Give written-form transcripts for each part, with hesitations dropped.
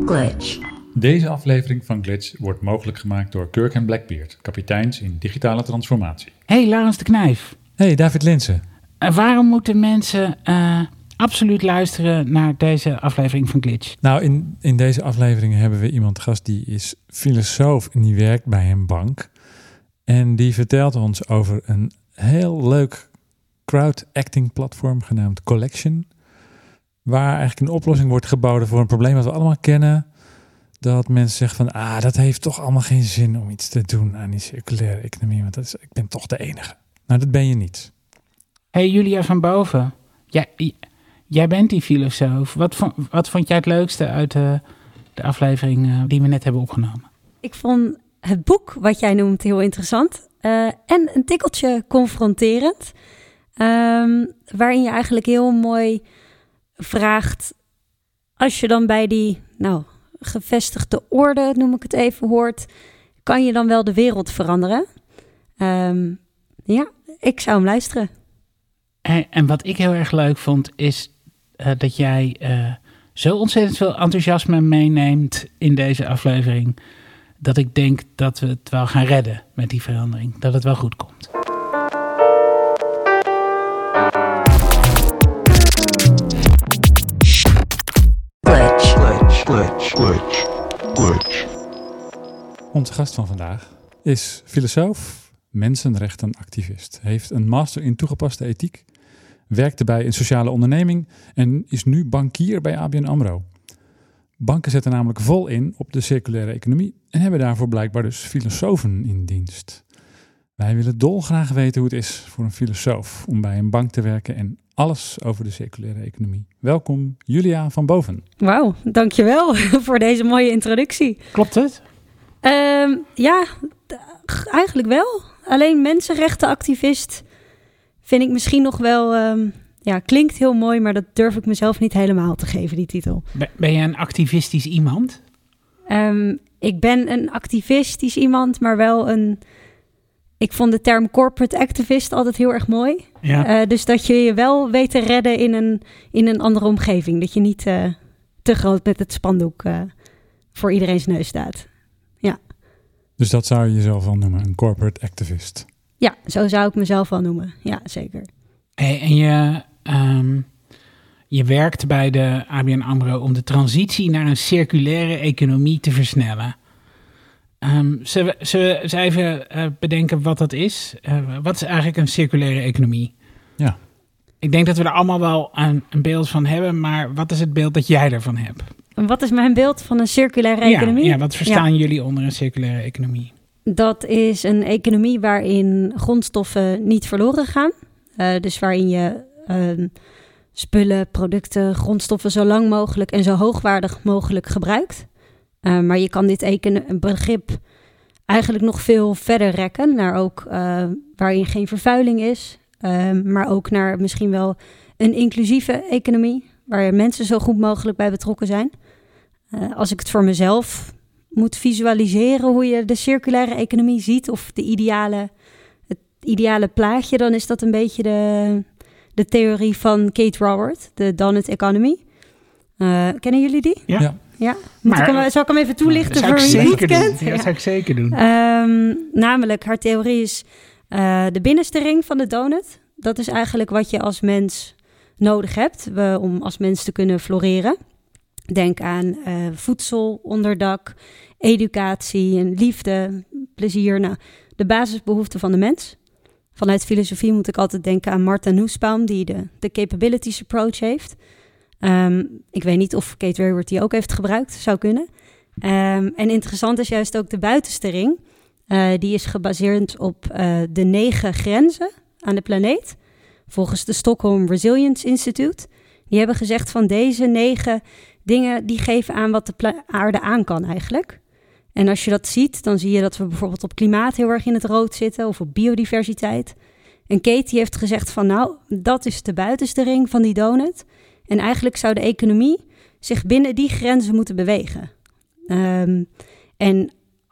Glitch. Deze aflevering van Glitch wordt mogelijk gemaakt door Kirk en Blackbeard, kapiteins in digitale transformatie. Hey, Laurens de Knijf. Hey, David Linssen. Waarom moeten mensen absoluut luisteren naar deze aflevering van Glitch? Nou, in deze aflevering hebben we iemand gast die is filosoof en die werkt bij een bank. En die vertelt ons over een heel leuk crowd-acting platform genaamd Collection. Waar eigenlijk een oplossing wordt geboden voor een probleem dat we allemaal kennen. Dat mensen zeggen van, dat heeft toch allemaal geen zin om iets te doen aan die circulaire economie. Want ik ben toch de enige. Nou, dat ben je niet. Hey, Julia van Boven. Jij bent die filosoof. Wat vond jij het leukste uit de aflevering die we net hebben opgenomen? Ik vond het boek, wat jij noemt, heel interessant. En een tikkeltje confronterend. Waarin je eigenlijk heel mooi vraagt, als je dan bij die gevestigde orde, noem ik het even, hoort, kan je dan wel de wereld veranderen? Ik zou hem luisteren. En wat ik heel erg leuk vond, is dat jij zo ontzettend veel enthousiasme meeneemt in deze aflevering, dat ik denk dat we het wel gaan redden met die verandering. Dat het wel goed komt. Glitch. Onze gast van vandaag is filosoof, mensenrechtenactivist. Heeft een master in toegepaste ethiek, werkte bij een sociale onderneming en is nu bankier bij ABN AMRO. Banken zetten namelijk vol in op de circulaire economie en hebben daarvoor blijkbaar dus filosofen in dienst. Wij willen dolgraag weten hoe het is voor een filosoof om bij een bank te werken en alles over de circulaire economie. Welkom, Julia van Boven. Wauw, dankjewel voor deze mooie introductie. Klopt het? Eigenlijk wel. Alleen mensenrechtenactivist vind ik misschien nog wel, klinkt heel mooi, maar dat durf ik mezelf niet helemaal te geven, die titel. Ben je een activistisch iemand? Ik ben een activistisch iemand, maar wel ik vond de term corporate activist altijd heel erg mooi. Ja. Dus dat je je wel weet te redden in een andere omgeving. Dat je niet te groot met het spandoek voor iedereen's neus staat. Ja. Dus dat zou je jezelf wel noemen, een corporate activist? Ja, zo zou ik mezelf wel noemen. Ja, zeker. En je werkt bij de ABN AMRO om de transitie naar een circulaire economie te versnellen. Zullen we even bedenken wat dat is? Wat is eigenlijk een circulaire economie? Ja. Ik denk dat we er allemaal wel een beeld van hebben, maar wat is het beeld dat jij ervan hebt? En wat is mijn beeld van een circulaire economie? Ja, wat verstaan jullie onder een circulaire economie? Dat is een economie waarin grondstoffen niet verloren gaan. Dus waarin je spullen, producten, grondstoffen zo lang mogelijk en zo hoogwaardig mogelijk gebruikt. Maar je kan dit begrip eigenlijk nog veel verder rekken naar ook waarin geen vervuiling is. Maar ook naar misschien wel een inclusieve economie, waar mensen zo goed mogelijk bij betrokken zijn. Als ik het voor mezelf moet visualiseren hoe je de circulaire economie ziet, of het ideale plaatje, dan is dat een beetje de theorie van Kate Raworth, de Donut Economy. Kennen jullie die? Ja. Ja, zal ik hem even toelichten voor wie het niet kent? Ja, dat zou ik zeker doen. Namelijk, haar theorie is de binnenste ring van de donut. Dat is eigenlijk wat je als mens nodig hebt om als mens te kunnen floreren. Denk aan voedsel, onderdak, educatie en liefde, plezier. Nou, de basisbehoeften van de mens. Vanuit filosofie moet ik altijd denken aan Martha Nussbaum, die de capabilities approach heeft. Ik weet niet of Kate Raworth die ook heeft gebruikt, zou kunnen. En interessant is juist ook de buitenste ring. Die is gebaseerd op de 9 grenzen aan de planeet. Volgens de Stockholm Resilience Institute. Die hebben gezegd van deze 9 dingen, die geven aan wat de aarde aan kan eigenlijk. En als je dat ziet, dan zie je dat we bijvoorbeeld op klimaat heel erg in het rood zitten. Of op biodiversiteit. En Kate heeft gezegd van dat is de buitenste ring van die donut. En eigenlijk zou de economie zich binnen die grenzen moeten bewegen. En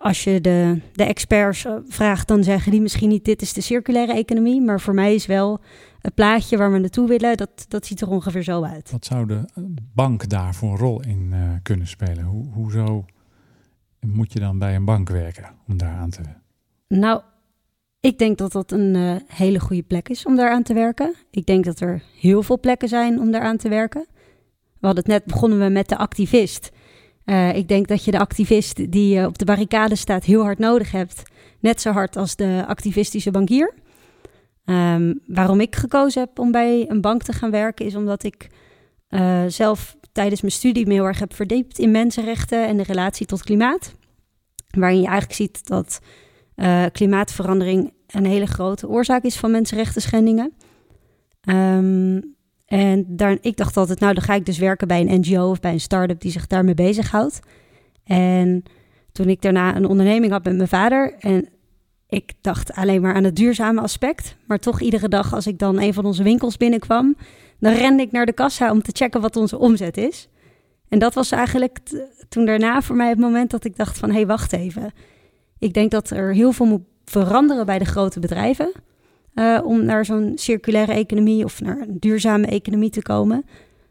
als je de experts vraagt, dan zeggen die misschien niet dit is de circulaire economie. Maar voor mij is wel het plaatje waar we naartoe willen, dat ziet er ongeveer zo uit. Wat zou de bank daar voor een rol in kunnen spelen? Hoezo moet je dan bij een bank werken om daar aan te werken? Nou, ik denk dat dat een hele goede plek is om daaraan te werken. Ik denk dat er heel veel plekken zijn om daaraan te werken. We hadden het net begonnen met de activist. Ik denk dat je de activist die op de barricade staat heel hard nodig hebt. Net zo hard als de activistische bankier. Waarom ik gekozen heb om bij een bank te gaan werken is omdat ik zelf tijdens mijn studie me heel erg heb verdiept in mensenrechten en de relatie tot klimaat. Waarin je eigenlijk ziet dat klimaatverandering een hele grote oorzaak is van mensenrechten schendingen. Ik dacht altijd, nou dan ga ik dus werken bij een NGO of bij een start-up die zich daarmee bezighoudt. En toen ik daarna een onderneming had met mijn vader en ik dacht alleen maar aan het duurzame aspect. Maar toch iedere dag als ik dan een van onze winkels binnenkwam, dan rende ik naar de kassa om te checken wat onze omzet is. En dat was eigenlijk toen daarna voor mij het moment dat ik dacht van, hé, wacht even. Ik denk dat er heel veel moet veranderen bij de grote bedrijven om naar zo'n circulaire economie of naar een duurzame economie te komen.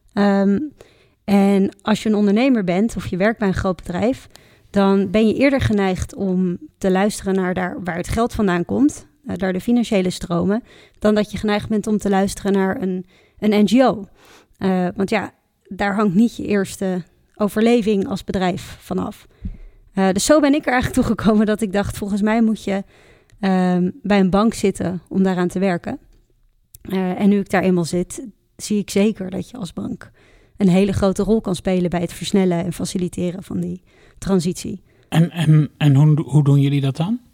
En als je een ondernemer bent of je werkt bij een groot bedrijf, dan ben je eerder geneigd om te luisteren naar daar waar het geld vandaan komt, naar de financiële stromen, dan dat je geneigd bent om te luisteren naar een NGO. Want ja, daar hangt niet je eerste overleving als bedrijf vanaf. Dus zo ben ik er eigenlijk toegekomen dat ik dacht, volgens mij moet je bij een bank zitten om daaraan te werken. En nu ik daar eenmaal zit, zie ik zeker dat je als bank een hele grote rol kan spelen bij het versnellen en faciliteren van die transitie. En hoe doen jullie dat dan?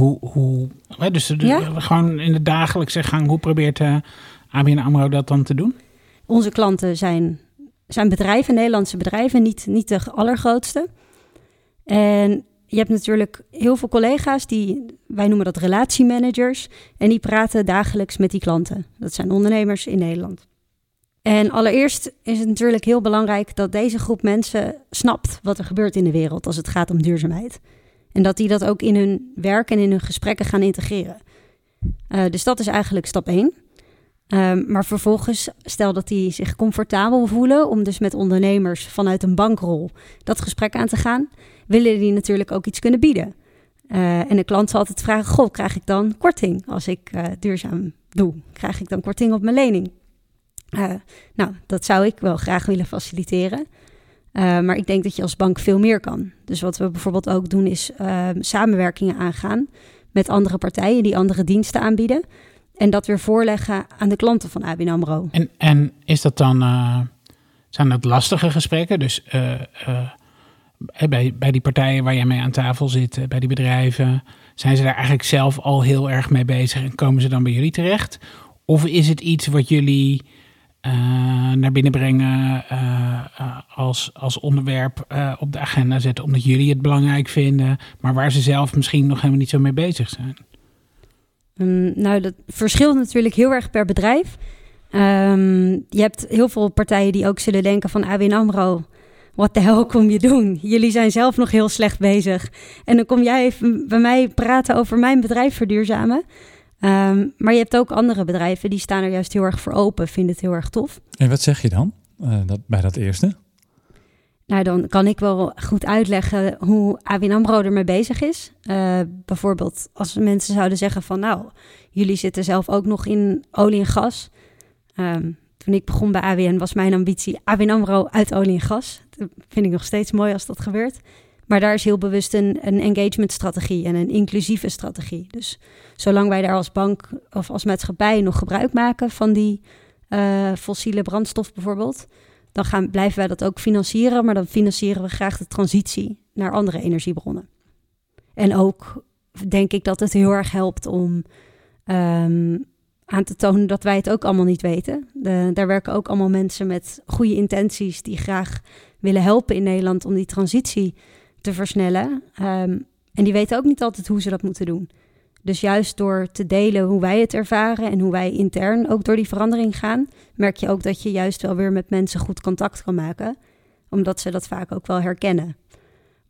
Gewoon in de dagelijkse gang, hoe probeert ABN AMRO dat dan te doen? Onze klanten zijn bedrijven, Nederlandse bedrijven, niet de allergrootste. En je hebt natuurlijk heel veel collega's wij noemen dat relatiemanagers. En die praten dagelijks met die klanten. Dat zijn ondernemers in Nederland. En allereerst is het natuurlijk heel belangrijk dat deze groep mensen snapt wat er gebeurt in de wereld als het gaat om duurzaamheid. En dat die dat ook in hun werk en in hun gesprekken gaan integreren. Dus dat is eigenlijk stap 1. Maar vervolgens, stel dat die zich comfortabel voelen om dus met ondernemers vanuit een bankrol dat gesprek aan te gaan, willen die natuurlijk ook iets kunnen bieden. En de klant zal altijd vragen, goh, krijg ik dan korting als ik duurzaam doe? Krijg ik dan korting op mijn lening? Nou, dat zou ik wel graag willen faciliteren. Maar ik denk dat je als bank veel meer kan. Dus wat we bijvoorbeeld ook doen is samenwerkingen aangaan met andere partijen die andere diensten aanbieden. En dat weer voorleggen aan de klanten van ABN AMRO. En is dat dan, zijn dat lastige gesprekken? Dus bij die partijen waar jij mee aan tafel zit, bij die bedrijven, zijn ze daar eigenlijk zelf al heel erg mee bezig en komen ze dan bij jullie terecht? Of is het iets wat jullie naar binnen brengen als onderwerp op de agenda zetten, omdat jullie het belangrijk vinden, maar waar ze zelf misschien nog helemaal niet zo mee bezig zijn? Nou, dat verschilt natuurlijk heel erg per bedrijf. Je hebt heel veel partijen die ook zullen denken van ABN AMRO, wat de hel kom je doen? Jullie zijn zelf nog heel slecht bezig. En dan kom jij even bij mij praten over mijn bedrijf verduurzamen. Maar je hebt ook andere bedrijven die staan er juist heel erg voor open, vinden het heel erg tof. En wat zeg je dan bij dat eerste? Nou, dan kan ik wel goed uitleggen hoe ABN AMRO ermee bezig is. Bijvoorbeeld als mensen zouden zeggen van, nou, jullie zitten zelf ook nog in olie en gas. Toen ik begon bij ABN was mijn ambitie ABN AMRO uit olie en gas. Dat vind ik nog steeds mooi als dat gebeurt. Maar daar is heel bewust een engagementstrategie en een inclusieve strategie. Dus zolang wij daar als bank of als maatschappij nog gebruik maken van die fossiele brandstof bijvoorbeeld, dan blijven wij dat ook financieren. Maar dan financieren we graag de transitie naar andere energiebronnen. En ook denk ik dat het heel erg helpt om aan te tonen dat wij het ook allemaal niet weten. Daar werken ook allemaal mensen met goede intenties die graag willen helpen in Nederland om die transitie te versnellen. En die weten ook niet altijd hoe ze dat moeten doen. Dus juist door te delen hoe wij het ervaren en hoe wij intern ook door die verandering gaan, merk je ook dat je juist wel weer met mensen goed contact kan maken, omdat ze dat vaak ook wel herkennen.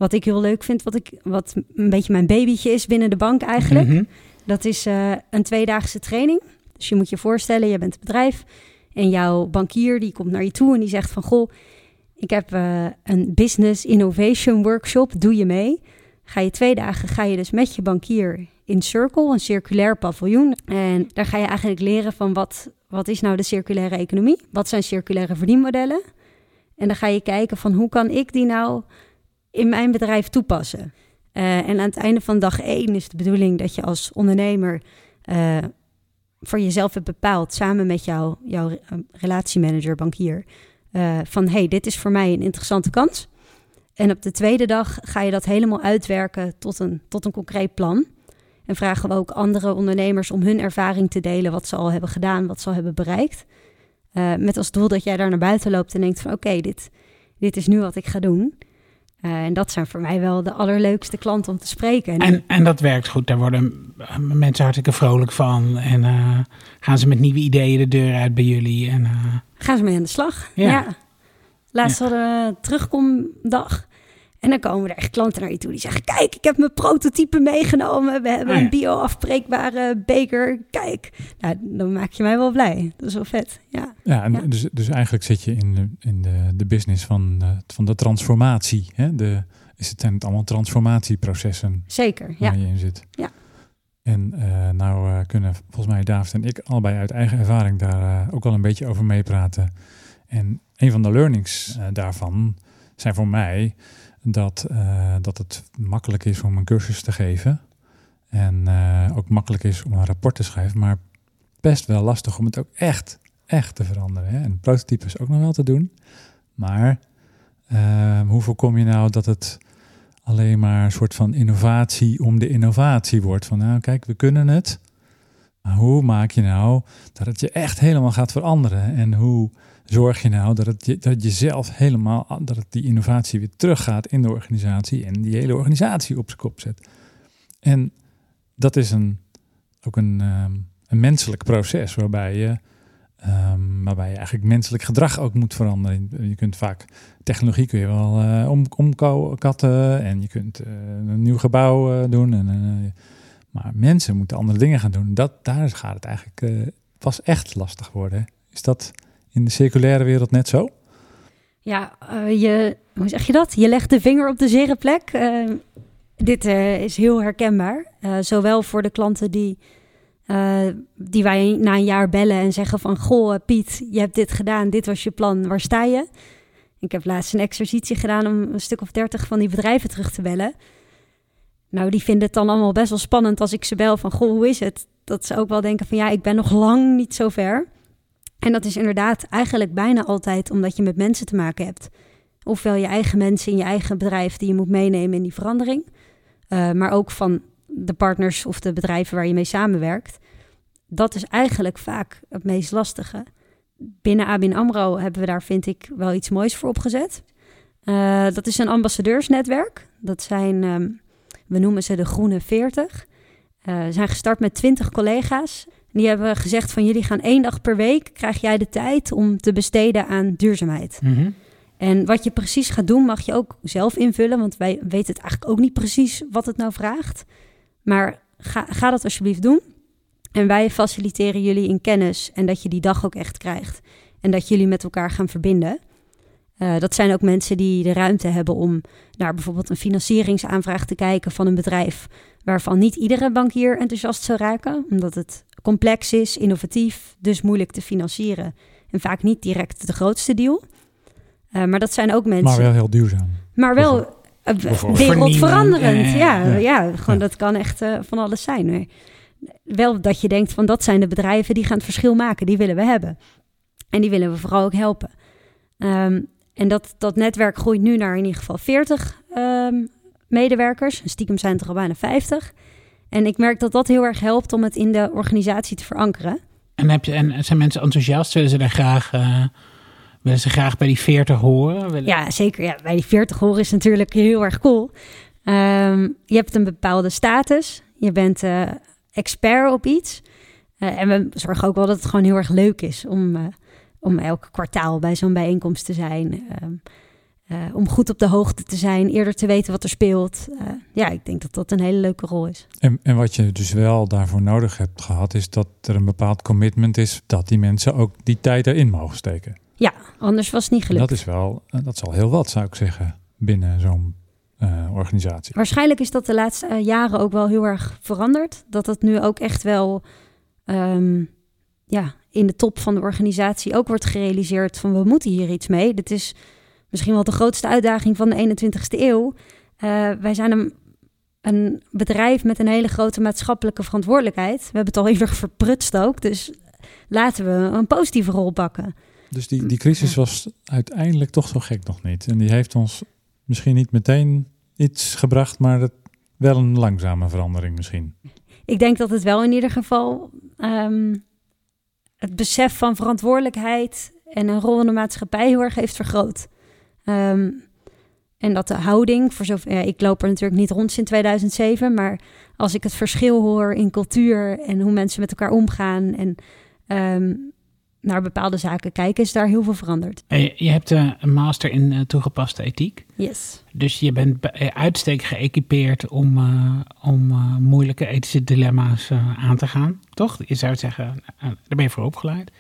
wat ik heel leuk vind, wat een beetje mijn babytje is binnen de bank eigenlijk. Mhm. Dat is een 2-daagse training. Dus je moet je voorstellen, je bent het bedrijf en jouw bankier die komt naar je toe en die zegt van, goh, ik heb een business innovation workshop, doe je mee? Ga je 2 dagen, ga je dus met je bankier in Circle, een circulair paviljoen. En daar ga je eigenlijk leren van wat is nou de circulaire economie? Wat zijn circulaire verdienmodellen? En dan ga je kijken van hoe kan ik die nou in mijn bedrijf toepassen? En aan het einde van dag 1 is de bedoeling dat je als ondernemer voor jezelf hebt bepaald, samen met jouw relatiemanager, bankier, van hey, dit is voor mij een interessante kans. En op de tweede dag ga je dat helemaal uitwerken tot een concreet plan. En vragen we ook andere ondernemers om hun ervaring te delen, wat ze al hebben gedaan, wat ze al hebben bereikt. Met als doel dat jij daar naar buiten loopt en denkt van oké, dit is nu wat ik ga doen. En dat zijn voor mij wel de allerleukste klanten om te spreken. En dat werkt goed. Daar worden mensen hartstikke vrolijk van. En gaan ze met nieuwe ideeën de deur uit bij jullie. En gaan ze mee aan de slag. Ja. Laatst hadden we een terugkomdag. En dan komen er echt klanten naar je toe die zeggen, kijk, ik heb mijn prototype meegenomen. We hebben een bio-afbreekbare beker. Kijk, nou, dan maak je mij wel blij. Dat is wel vet. Ja. Dus eigenlijk zit je in de business van de transformatie. Hè? Zijn het allemaal transformatieprocessen? Zeker, waar je in zit. Ja. En kunnen volgens mij David en ik allebei uit eigen ervaring daar ook wel een beetje over meepraten. En een van de learnings daarvan zijn voor mij dat het makkelijk is om een cursus te geven. En ook makkelijk is om een rapport te schrijven. Maar best wel lastig om het ook echt te veranderen. Hè? En prototype is ook nog wel te doen. Maar hoe voorkom je nou dat het alleen maar een soort van innovatie om de innovatie wordt? Van nou kijk, we kunnen het. Maar hoe maak je nou dat het je echt helemaal gaat veranderen? En hoe zorg je nou dat je zelf helemaal, dat het die innovatie weer teruggaat in de organisatie en die hele organisatie op zijn kop zet? En dat is ook een menselijk proces waarbij je eigenlijk menselijk gedrag ook moet veranderen. Je kunt vaak, technologie kun je wel omkatten en je kunt een nieuw gebouw doen. Maar mensen moeten andere dingen gaan doen. Daar gaat het eigenlijk pas echt lastig worden. Is dat in de circulaire wereld net zo? Ja, hoe zeg je dat? Je legt de vinger op de zere plek. Dit is heel herkenbaar. Zowel voor de klanten die wij na een jaar bellen en zeggen van, goh Piet, je hebt dit gedaan, dit was je plan, waar sta je? Ik heb laatst een exercitie gedaan om een stuk of 30 van die bedrijven terug te bellen. Nou, die vinden het dan allemaal best wel spannend als ik ze bel van, goh, hoe is het? Dat ze ook wel denken van, ja, ik ben nog lang niet zo ver. En dat is inderdaad eigenlijk bijna altijd omdat je met mensen te maken hebt. Ofwel je eigen mensen in je eigen bedrijf die je moet meenemen in die verandering. Maar ook van de partners of de bedrijven waar je mee samenwerkt. Dat is eigenlijk vaak het meest lastige. Binnen ABN AMRO hebben we daar, vind ik, wel iets moois voor opgezet. Dat is een ambassadeursnetwerk. Dat zijn, we noemen ze de Groene 40. We zijn gestart met 20 collega's. Die hebben gezegd van, jullie gaan 1 dag per week, krijg jij de tijd om te besteden aan duurzaamheid. Mm-hmm. En wat je precies gaat doen, mag je ook zelf invullen. Want wij weten het eigenlijk ook niet precies wat het nou vraagt. Maar ga dat alsjeblieft doen. En wij faciliteren jullie in kennis en dat je die dag ook echt krijgt. En dat jullie met elkaar gaan verbinden. Dat zijn ook mensen die de ruimte hebben om naar bijvoorbeeld een financieringsaanvraag te kijken van een bedrijf waarvan niet iedere bankier enthousiast zou raken. Omdat het complex is, innovatief, dus moeilijk te financieren. En vaak niet direct de grootste deal. Maar dat zijn ook mensen... Maar wel heel duurzaam. Maar wel wereldveranderend. Gewoon dat kan echt van alles zijn. Maar wel dat je denkt van, dat zijn de bedrijven die gaan het verschil maken. Die willen we hebben. En die willen we vooral ook helpen. En dat netwerk groeit nu naar in ieder geval 40 medewerkers. Stiekem zijn het er al bijna 50. En ik merk dat dat heel erg helpt om het in de organisatie te verankeren. En zijn mensen enthousiast? Willen ze graag bij die 40 horen? Ja, zeker. Ja, bij die 40 horen is natuurlijk heel erg cool. Je hebt een bepaalde status. Je bent expert op iets. En we zorgen ook wel dat het gewoon heel erg leuk is om elk kwartaal bij zo'n bijeenkomst te zijn. om goed op de hoogte te zijn, eerder te weten wat er speelt. Ik denk dat dat een hele leuke rol is. En wat je dus wel daarvoor nodig hebt gehad, is dat er een bepaald commitment is dat die mensen ook die tijd erin mogen steken. Ja, anders was het niet gelukt. Dat is al heel wat, zou ik zeggen, binnen zo'n organisatie. Waarschijnlijk is dat de laatste jaren ook wel heel erg veranderd. Dat het nu ook echt wel in de top van de organisatie ook wordt gerealiseerd van we moeten hier iets mee. Dit is misschien wel de grootste uitdaging van de 21ste eeuw. Wij zijn een bedrijf met een hele grote maatschappelijke verantwoordelijkheid. We hebben het al eerder verprutst ook, dus laten we een positieve rol pakken. Dus die crisis was uiteindelijk toch zo gek nog niet. En die heeft ons misschien niet meteen iets gebracht, maar wel een langzame verandering misschien. Ik denk dat het wel in ieder geval het besef van verantwoordelijkheid en een rol in de maatschappij heel erg heeft vergroot. En dat de houding, ik loop er natuurlijk niet rond sinds 2007, maar als ik het verschil hoor in cultuur en hoe mensen met elkaar omgaan en naar bepaalde zaken kijken, is daar heel veel veranderd. Je hebt een master in toegepaste ethiek. Yes. Dus je bent bij uitstek geëquipeerd om moeilijke ethische dilemma's aan te gaan, toch? Je zou zeggen, daar ben je voor opgeleid.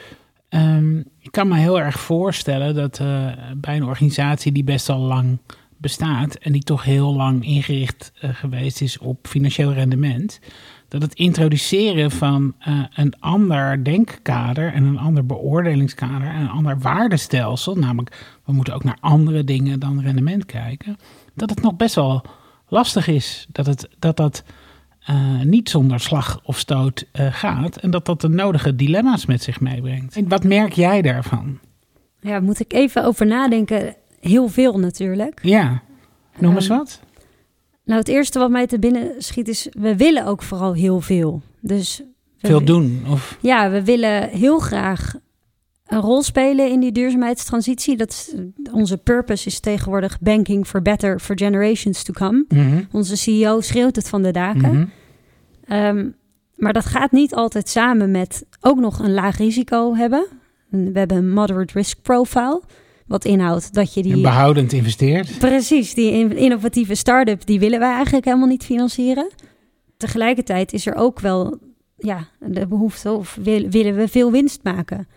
Ik kan me heel erg voorstellen dat bij een organisatie die best al lang bestaat en die toch heel lang ingericht geweest is op financieel rendement, dat het introduceren van een ander denkkader en een ander beoordelingskader en een ander waardestelsel, namelijk we moeten ook naar andere dingen dan rendement kijken, dat het nog best wel lastig is. Dat niet zonder slag of stoot gaat en dat de nodige dilemma's met zich meebrengt. En wat merk jij daarvan? Ja, moet ik even over nadenken. Heel veel natuurlijk. Ja, noem eens wat. Nou, het eerste wat mij te binnen schiet is, we willen ook vooral heel veel. Dus veel doen? Of? Ja, we willen heel graag een rol spelen in die duurzaamheidstransitie. Onze purpose is tegenwoordig banking for better for generations to come. Mm-hmm. Onze CEO schreeuwt het van de daken. Mm-hmm. Maar dat gaat niet altijd samen met ook nog een laag risico hebben. We hebben een moderate risk profile, wat inhoudt dat je die... En behoudend investeert. Precies, die innovatieve start-up, die willen wij eigenlijk helemaal niet financieren. Tegelijkertijd is er ook wel de behoefte, of willen we veel winst maken.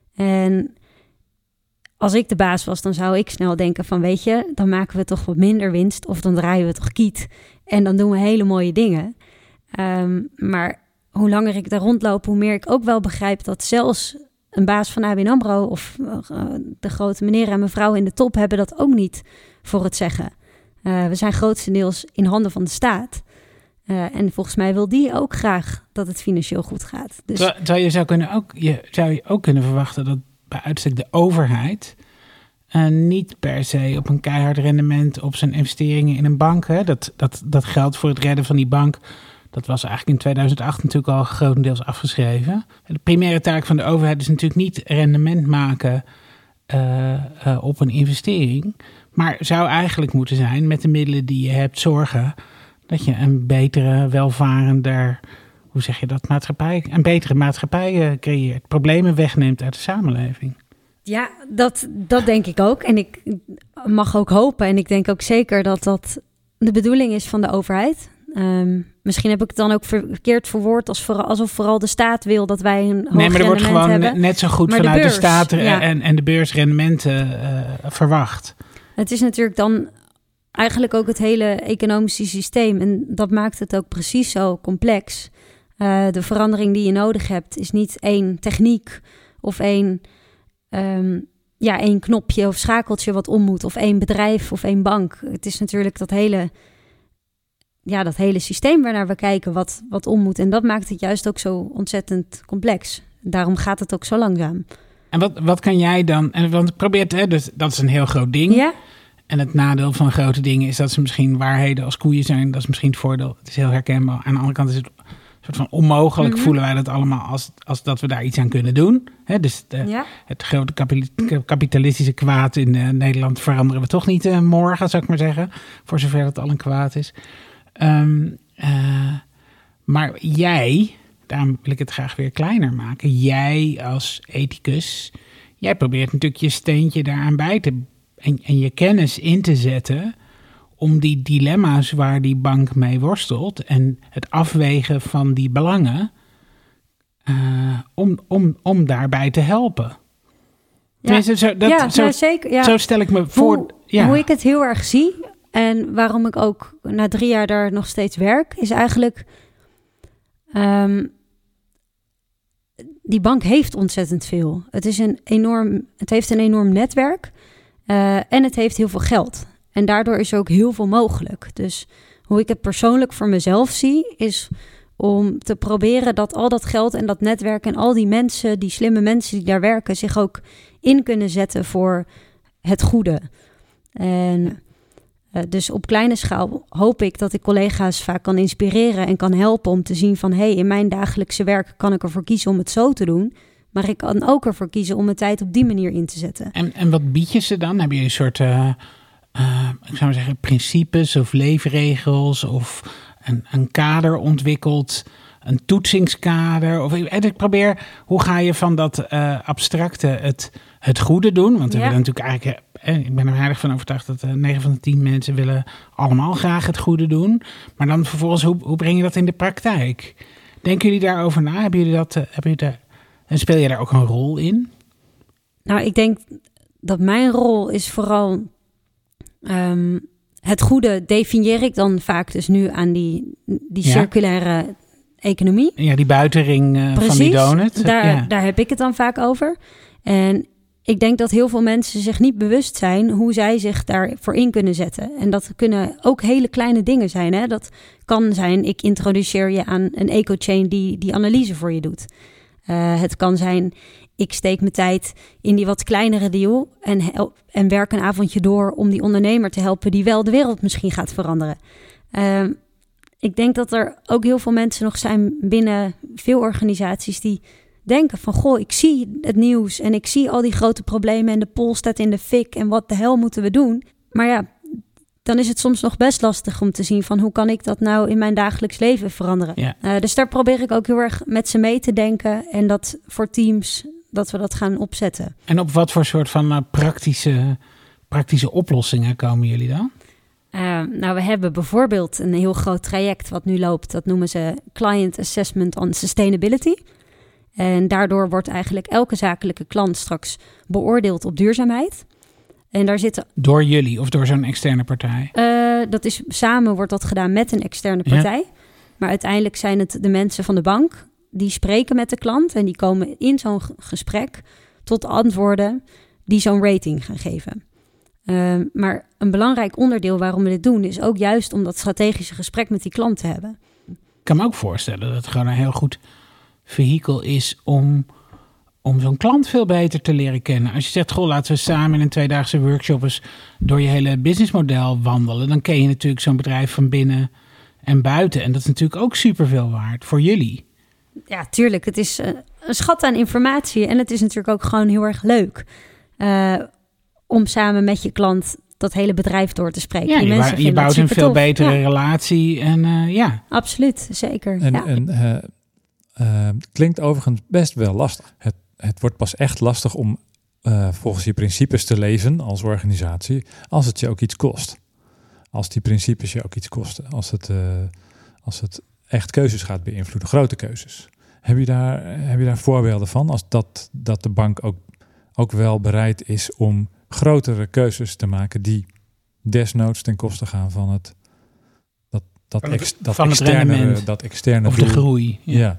En als ik de baas was, dan zou ik snel denken van, weet je, dan maken we toch wat minder winst of dan draaien we toch kiet. En dan doen we hele mooie dingen. Maar hoe langer ik daar rondloop, hoe meer ik ook wel begrijp dat zelfs een baas van ABN AMRO of de grote meneer en mevrouw in de top hebben dat ook niet voor het zeggen. We zijn grotendeels in handen van de staat. En volgens mij wil die ook graag dat het financieel goed gaat. Dus je zou ook kunnen verwachten dat bij uitstek de overheid niet per se op een keihard rendement op zijn investeringen in een bank. Hè? Dat geld voor het redden van die bank, dat was eigenlijk in 2008 natuurlijk al grotendeels afgeschreven. De primaire taak van de overheid is natuurlijk niet rendement maken op een investering, maar zou eigenlijk moeten zijn met de middelen die je hebt zorgen dat je een betere, welvarender, hoe zeg je dat, een betere maatschappij creëert. Problemen wegneemt uit de samenleving. Ja, dat denk ik ook. En ik mag ook hopen. En ik denk ook zeker dat dat de bedoeling is van de overheid. Misschien heb ik het dan ook verkeerd verwoord alsof vooral de staat wil dat wij een hoog rendement hebben. Nee, maar er wordt gewoon net zo goed maar vanuit de staat en de beurs rendementen verwacht. Het is natuurlijk dan eigenlijk ook het hele economische systeem. En dat maakt het ook precies zo complex. De verandering die je nodig hebt is niet één techniek of één knopje of schakeltje wat om moet, of één bedrijf of één bank. Het is natuurlijk dat hele systeem waarnaar we kijken wat om moet. En dat maakt het juist ook zo ontzettend complex. Daarom gaat het ook zo langzaam. En wat kan jij dan... Want probeert, dus dat is een heel groot ding. Ja. En het nadeel van grote dingen is dat ze misschien waarheden als koeien zijn. Dat is misschien het voordeel. Het is heel herkenbaar. Aan de andere kant is het een soort van onmogelijk. Mm-hmm. Voelen wij dat allemaal als dat we daar iets aan kunnen doen. Dus het grote kapitalistische kwaad in Nederland veranderen we toch niet morgen, zou ik maar zeggen. Voor zover het al een kwaad is. Maar jij, daarom wil ik het graag weer kleiner maken. Jij als ethicus, jij probeert natuurlijk je steentje daaraan bij te en je kennis in te zetten om die dilemma's waar die bank mee worstelt en het afwegen van die belangen, om daarbij te helpen. Zeker. Ja. Zo stel ik me voor. Hoe ik het heel erg zie en waarom ik ook na 3 jaar daar nog steeds werk, is eigenlijk die bank heeft ontzettend veel. Het heeft een enorm netwerk en het heeft heel veel geld. En daardoor is er ook heel veel mogelijk. Dus hoe ik het persoonlijk voor mezelf zie, is om te proberen dat al dat geld en dat netwerk en al die mensen, die slimme mensen die daar werken, zich ook in kunnen zetten voor het goede. En dus op kleine schaal hoop ik dat ik collega's vaak kan inspireren en kan helpen om te zien van in mijn dagelijkse werk kan ik ervoor kiezen om het zo te doen. Maar ik kan ook ervoor kiezen om mijn tijd op die manier in te zetten. En wat bied je ze dan? Heb je een soort, ik zou maar zeggen, principes of leefregels of een kader ontwikkeld, een toetsingskader? Of ik probeer, hoe ga je van dat abstracte het goede doen? Want we willen natuurlijk eigenlijk, ik ben er heilig van overtuigd dat 9 van de 10 mensen willen allemaal graag het goede doen. Maar dan vervolgens, hoe breng je dat in de praktijk? Denken jullie daarover na? En speel je daar ook een rol in? Nou, ik denk dat mijn rol is vooral het goede definieer ik dan vaak dus nu aan die circulaire economie. Ja, die buitenring van die donut. Daar heb ik het dan vaak over. En ik denk dat heel veel mensen zich niet bewust zijn hoe zij zich daarvoor in kunnen zetten. En dat kunnen ook hele kleine dingen zijn. Hè? Dat kan zijn, ik introduceer je aan een eco-chain die analyse voor je doet. Het kan zijn, ik steek mijn tijd in die wat kleinere deal en werk een avondje door om die ondernemer te helpen die wel de wereld misschien gaat veranderen. Ik denk dat er ook heel veel mensen nog zijn binnen veel organisaties die denken van ik zie het nieuws en ik zie al die grote problemen en de pool staat in de fik en wat de hel moeten we doen. Maar ja, dan is het soms nog best lastig om te zien van hoe kan ik dat nou in mijn dagelijks leven veranderen. Ja. Dus daar probeer ik ook heel erg met ze mee te denken en dat voor teams dat we dat gaan opzetten. En op wat voor soort van praktische oplossingen komen jullie dan? Nou, we hebben bijvoorbeeld een heel groot traject wat nu loopt. Dat noemen ze Client Assessment on Sustainability. En daardoor wordt eigenlijk elke zakelijke klant straks beoordeeld op duurzaamheid. En daar zitten... Door jullie of door zo'n externe partij? Dat is samen wordt dat gedaan met een externe partij. Ja. Maar uiteindelijk zijn het de mensen van de bank die spreken met de klant en die komen in zo'n gesprek tot antwoorden die zo'n rating gaan geven. Maar een belangrijk onderdeel waarom we dit doen is ook juist om dat strategische gesprek met die klant te hebben. Ik kan me ook voorstellen dat het gewoon een heel goed vehikel is om zo'n klant veel beter te leren kennen. Als je zegt, laten we samen in een 2-daagse workshop eens door je hele businessmodel wandelen, dan ken je natuurlijk zo'n bedrijf van binnen en buiten. En dat is natuurlijk ook superveel waard voor jullie. Ja, tuurlijk. Het is een schat aan informatie en het is natuurlijk ook gewoon heel erg leuk om samen met je klant dat hele bedrijf door te spreken. Ja, je bouwt een veel betere relatie. En absoluut, zeker. Klinkt overigens best wel lastig. Het wordt pas echt lastig om volgens je principes te leven als organisatie, als het je ook iets kost. Als die principes je ook iets kosten. Als het echt keuzes gaat beïnvloeden, grote keuzes. Heb je daar voorbeelden van? Als dat de bank ook wel bereid is om grotere keuzes te maken die desnoods ten koste gaan van dat externe of doel. De groei. Ja.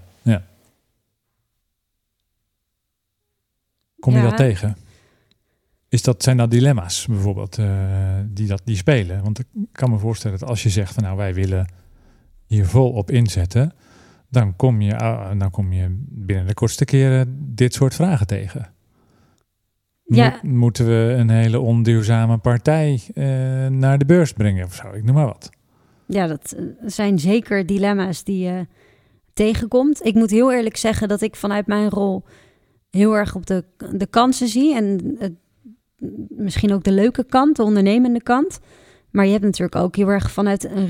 Kom je dat tegen? Zijn dat dilemma's bijvoorbeeld die spelen? Want ik kan me voorstellen dat als je zegt van wij willen hier vol op inzetten, dan kom je binnen de kortste keren dit soort vragen tegen. Ja. Moeten we een hele onduurzame partij naar de beurs brengen of zo? Ik noem maar wat. Ja, dat zijn zeker dilemma's die je tegenkomt. Ik moet heel eerlijk zeggen dat ik vanuit mijn rol heel erg op de kansen zie. En misschien ook de leuke kant, de ondernemende kant. Maar je hebt natuurlijk ook heel erg vanuit een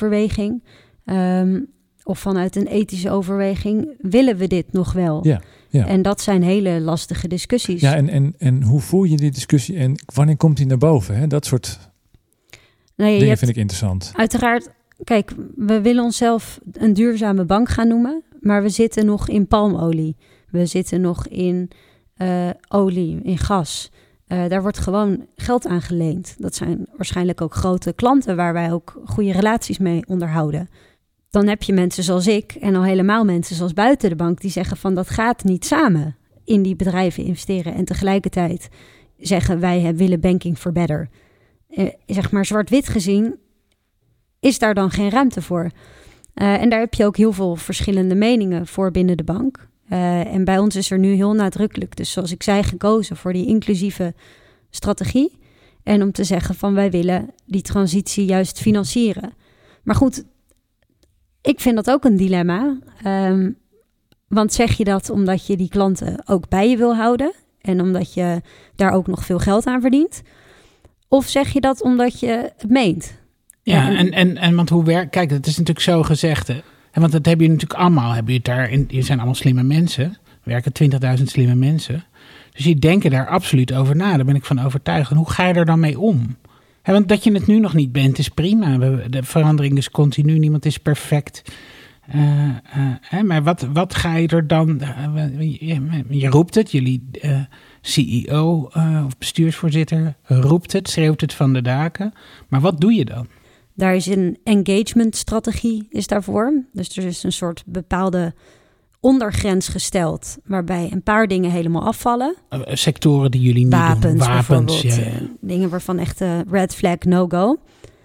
risicooverweging of vanuit een ethische overweging, willen we dit nog wel? Ja. Ja. En dat zijn hele lastige discussies. Ja, en hoe voer je die discussie en wanneer komt die naar boven? Hè? Dat soort dingen vind ik interessant. Uiteraard, kijk, we willen onszelf een duurzame bank gaan noemen, maar we zitten nog in palmolie. We zitten nog in olie, in gas. Daar wordt gewoon geld aan geleend. Dat zijn waarschijnlijk ook grote klanten waar wij ook goede relaties mee onderhouden. Dan heb je mensen zoals ik en al helemaal mensen zoals buiten de bank die zeggen van dat gaat niet samen in die bedrijven investeren en tegelijkertijd zeggen wij willen banking for better. Zeg maar zwart-wit gezien is daar dan geen ruimte voor. En daar heb je ook heel veel verschillende meningen voor binnen de bank. En bij ons is er nu heel nadrukkelijk, dus zoals ik zei, gekozen voor die inclusieve strategie. En om te zeggen van wij willen die transitie juist financieren. Maar goed, ik vind dat ook een dilemma. Want zeg je dat omdat je die klanten ook bij je wil houden en omdat je daar ook nog veel geld aan verdient? Of zeg je dat omdat je het meent? Ja, en want hoe werkt... Kijk, dat is natuurlijk zo gezegd, hè? En want dat hebben jullie natuurlijk allemaal. Je zijn allemaal slimme mensen. Er werken 20.000 slimme mensen. Dus die denken daar absoluut over na. Daar ben ik van overtuigd. En hoe ga je er dan mee om? Want dat je het nu nog niet bent, is prima. De verandering is continu. Niemand is perfect. Maar wat ga je er dan... je roept het. Jullie CEO of bestuursvoorzitter roept het. Schreeuwt het van de daken. Maar wat doe je dan? Daar is een engagement-strategie is daarvoor. Dus er is een soort bepaalde ondergrens gesteld, waarbij een paar dingen helemaal afvallen. Sectoren die jullie niet doen. Wapens, ja. Dingen waarvan echt red flag, no-go.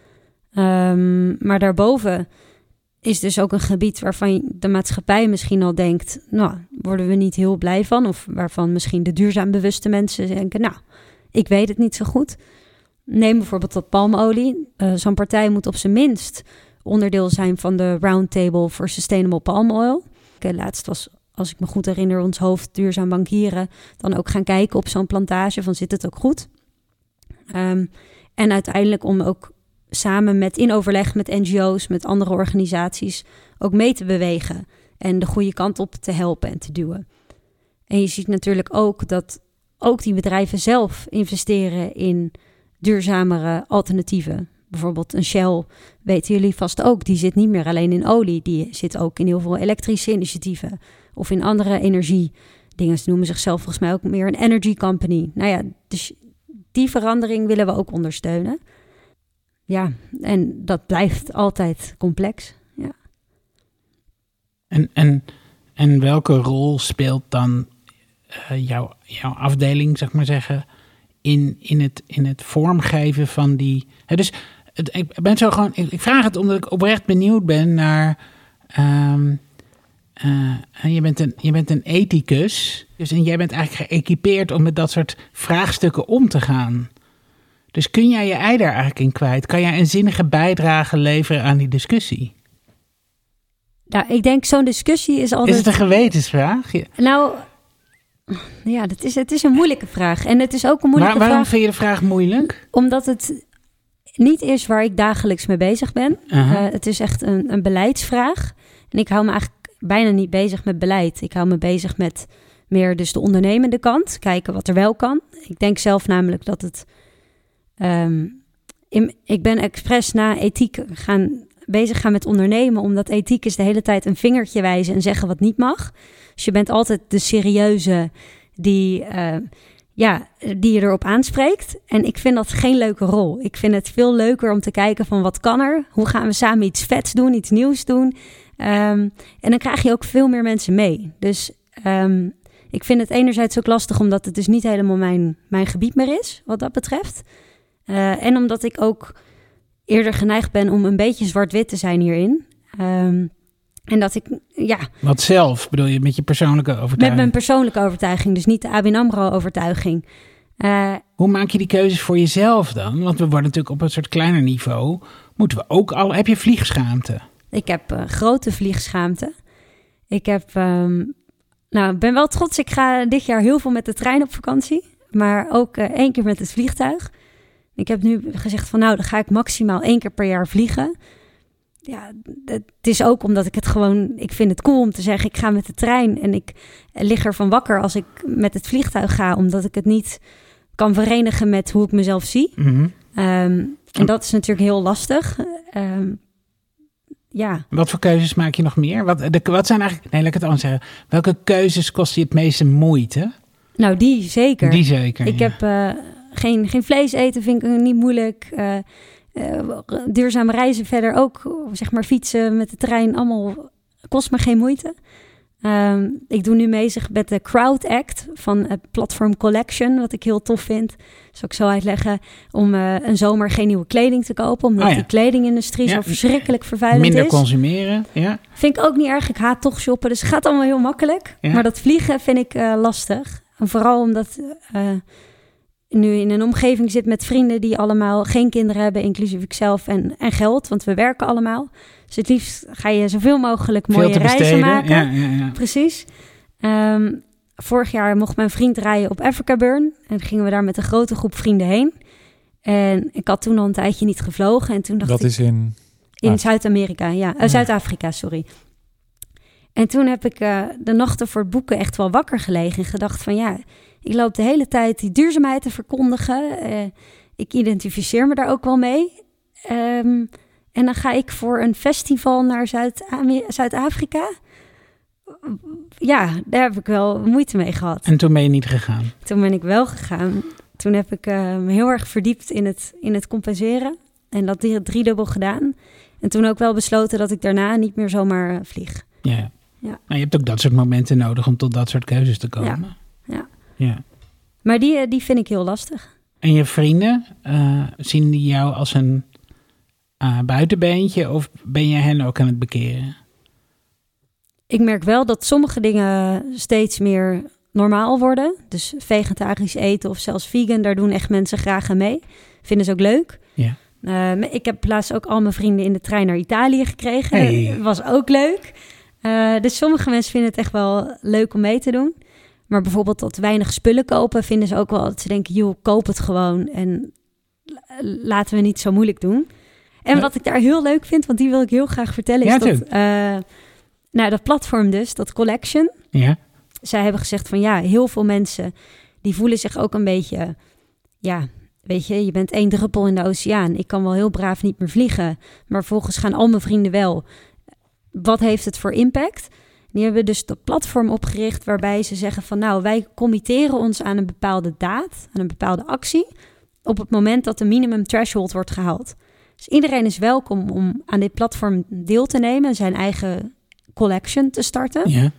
Maar daarboven is dus ook een gebied waarvan de maatschappij misschien al denkt, nou, worden we niet heel blij van. Of waarvan misschien de duurzaam bewuste mensen denken, nou, ik weet het niet zo goed. Neem bijvoorbeeld dat palmolie. Zo'n partij moet op zijn minst onderdeel zijn van de Roundtable for Sustainable Palm Oil. Laatst was, als ik me goed herinner, ons hoofd duurzaam bankieren dan ook gaan kijken op zo'n plantage van zit het ook goed. En uiteindelijk om ook samen in overleg met NGO's, met andere organisaties ook mee te bewegen en de goede kant op te helpen en te duwen. En je ziet natuurlijk ook dat ook die bedrijven zelf investeren in duurzamere alternatieven. Bijvoorbeeld een Shell, weten jullie vast ook, die zit niet meer alleen in olie. Die zit ook in heel veel elektrische initiatieven of in andere energiedingen. Ze noemen zichzelf volgens mij ook meer een energy company. Nou ja, dus die verandering willen we ook ondersteunen. Ja, en dat blijft altijd complex. Ja. En welke rol speelt dan jouw afdeling, zeg maar zeggen, in het vormgeven van die... Dus ik ben zo gewoon... Ik vraag het omdat ik oprecht benieuwd ben naar... je bent een ethicus. Dus en jij bent eigenlijk geëquipeerd om met dat soort vraagstukken om te gaan. Dus kun jij je ei daar eigenlijk in kwijt? Kan jij een zinnige bijdrage leveren aan die discussie? Nou, ik denk zo'n discussie is altijd... Is het een gewetensvraag? Ja. Nou... Ja, het is een moeilijke vraag. En het is ook een moeilijke vraag. Waarom vind je de vraag moeilijk? Omdat het niet is waar ik dagelijks mee bezig ben. Het is echt een beleidsvraag. En ik hou me eigenlijk bijna niet bezig met beleid. Ik hou me bezig met meer dus de ondernemende kant. Kijken wat er wel kan. Ik denk zelf namelijk dat het... ik ben expres na ethiek bezig gaan met ondernemen. Omdat ethiek is de hele tijd een vingertje wijzen en zeggen wat niet mag. Dus je bent altijd de serieuze die je erop aanspreekt. En ik vind dat geen leuke rol. Ik vind het veel leuker om te kijken van wat kan er? Hoe gaan we samen iets vets doen, iets nieuws doen? En dan krijg je ook veel meer mensen mee. Dus ik vind het enerzijds ook lastig omdat het dus niet helemaal mijn gebied meer is, wat dat betreft. En omdat ik ook eerder geneigd ben om een beetje zwart-wit te zijn hierin. En dat ik, Wat zelf, bedoel je, met je persoonlijke overtuiging? Met mijn persoonlijke overtuiging, dus niet de ABN AMRO-overtuiging. Hoe maak je die keuzes voor jezelf dan? Want we worden natuurlijk op een soort kleiner niveau. Moeten we ook al... Heb je vliegschaamte? Ik heb grote vliegschaamte. Ik ben wel trots. Ik ga dit jaar heel veel met de trein op vakantie. Maar ook 1 keer met het vliegtuig. Ik heb nu gezegd van dan ga ik maximaal 1 keer per jaar vliegen. ja, het is ook omdat ik vind het cool om te zeggen, ik ga met de trein en ik lig ervan wakker als ik met het vliegtuig ga, omdat ik het niet kan verenigen met hoe ik mezelf zie. Mm-hmm. En dat is natuurlijk heel lastig. Ja. Wat voor keuzes maak je nog meer? Wat zijn eigenlijk... Nee, laat ik het anders zeggen. Welke keuzes kosten je het meeste moeite? Nou, die zeker. Ik ja. heb geen vlees eten, vind ik niet moeilijk. Duurzaam reizen verder ook. Zeg maar fietsen met de trein, allemaal kost me geen moeite. Ik doe nu bezig met de Crowd Act van het platform Collection, wat ik heel tof vind. Zal ik zo uitleggen, om een zomer geen nieuwe kleding te kopen, omdat de kledingindustrie zo verschrikkelijk vervuilend Minder is. consumeren, ja. Vind ik ook niet erg. Ik haat toch shoppen, dus het gaat allemaal heel makkelijk. Ja. Maar dat vliegen vind ik lastig. En vooral omdat nu in een omgeving zit met vrienden die allemaal geen kinderen hebben, inclusief ikzelf en geld, want we werken allemaal. Dus het liefst ga je zoveel mogelijk mooie reizen maken. Ja. Precies. Vorig jaar mocht mijn vriend rijden op Africa Burn. En gingen we daar met een grote groep vrienden heen. En ik had toen al een tijdje niet gevlogen. En toen dacht dat is in Zuid-Amerika, ja. Zuid-Afrika, sorry. En toen heb ik de nachten voor het boeken echt wel wakker gelegen. En gedacht van ja, ik loop de hele tijd die duurzaamheid te verkondigen. Ik identificeer me daar ook wel mee. En dan ga ik voor een festival naar Zuid-Afrika. Ja, daar heb ik wel moeite mee gehad. En toen ben je niet gegaan? Toen ben ik wel gegaan. Toen heb ik me heel erg verdiept in het compenseren. En dat driedubbel gedaan. En toen ook wel besloten dat ik daarna niet meer zomaar vlieg. Ja. Nou, je hebt ook dat soort momenten nodig om tot dat soort keuzes te komen. Ja. Maar die vind ik heel lastig. En je vrienden, zien die jou als een buitenbeentje of ben je hen ook aan het bekeren? Ik merk wel dat sommige dingen steeds meer normaal worden. Dus vegetarisch eten of zelfs vegan, daar doen echt mensen graag aan mee. Vinden ze ook leuk. Ja. Ik heb laatst ook al mijn vrienden in de trein naar Italië gekregen. Hey. Was ook leuk. Dus sommige mensen vinden het echt wel leuk om mee te doen. Maar bijvoorbeeld dat weinig spullen kopen, vinden ze ook wel dat ze denken, joh, koop het gewoon en laten we niet zo moeilijk doen. En wat ik daar heel leuk vind, want die wil ik heel graag vertellen, is dat platform dus, dat Collection. Ja. Zij hebben gezegd van ja, heel veel mensen die voelen zich ook een beetje, ja, weet je bent 1 druppel in de oceaan. Ik kan wel heel braaf niet meer vliegen, maar vervolgens gaan al mijn vrienden wel. Wat heeft het voor impact? Die hebben dus dat platform opgericht waarbij ze zeggen van nou, wij committeren ons aan een bepaalde daad, aan een bepaalde actie, op het moment dat de minimum threshold wordt gehaald. Dus iedereen is welkom om aan dit platform deel te nemen en zijn eigen collection te starten. Ja.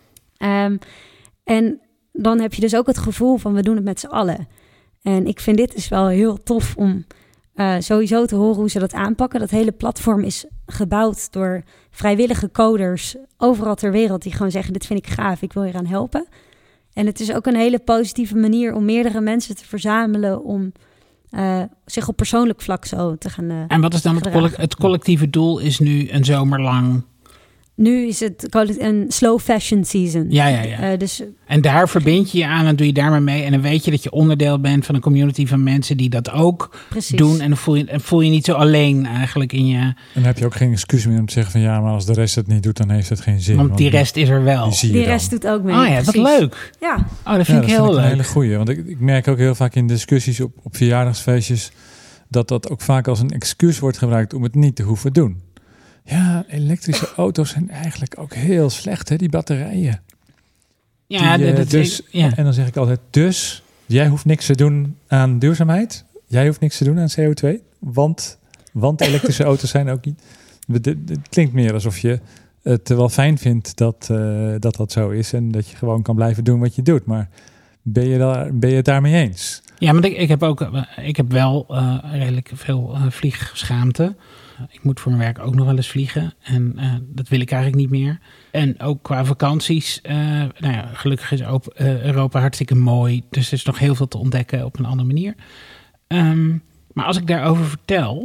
En dan heb je dus ook het gevoel van we doen het met z'n allen. En ik vind dit dus wel heel tof om sowieso te horen hoe ze dat aanpakken. Dat hele platform is gebouwd door vrijwillige coders overal ter wereld die gewoon zeggen dit vind ik gaaf, ik wil je eraan helpen. En het is ook een hele positieve manier om meerdere mensen te verzamelen om zich op persoonlijk vlak zo te gaan En wat is dan het collectieve doel? Is nu een zomer lang? Nu is het een slow fashion season. Ja. Dus, en daar verbind je je aan en doe je daar maar mee. En dan weet je dat je onderdeel bent van een community van mensen die dat ook doen. En dan voel je niet zo alleen eigenlijk in je... En dan heb je ook geen excuus meer om te zeggen van ja, maar als de rest het niet doet, dan heeft het geen zin. Want die rest is er wel. Die rest doet ook mee. Oh ja, wat leuk. Ja. Oh, dat vind ik heel leuk. Een hele goeie. Want ik merk ook heel vaak in discussies op verjaardagsfeestjes dat ook vaak als een excuus wordt gebruikt om het niet te hoeven doen. Ja, elektrische auto's zijn eigenlijk ook heel slecht, hè, die batterijen. Ja, En dan zeg ik altijd, dus jij hoeft niks te doen aan duurzaamheid. Jij hoeft niks te doen aan CO2. Want elektrische auto's zijn ook niet... Het klinkt meer alsof je het wel fijn vindt dat zo is. En dat je gewoon kan blijven doen wat je doet. Maar ben je het daarmee eens? Ja, maar ik heb wel redelijk veel vliegschaamte. Ik moet voor mijn werk ook nog wel eens vliegen. En dat wil ik eigenlijk niet meer. En ook qua vakanties. Gelukkig is Europa hartstikke mooi. Dus er is nog heel veel te ontdekken op een andere manier. Maar als ik daarover vertel...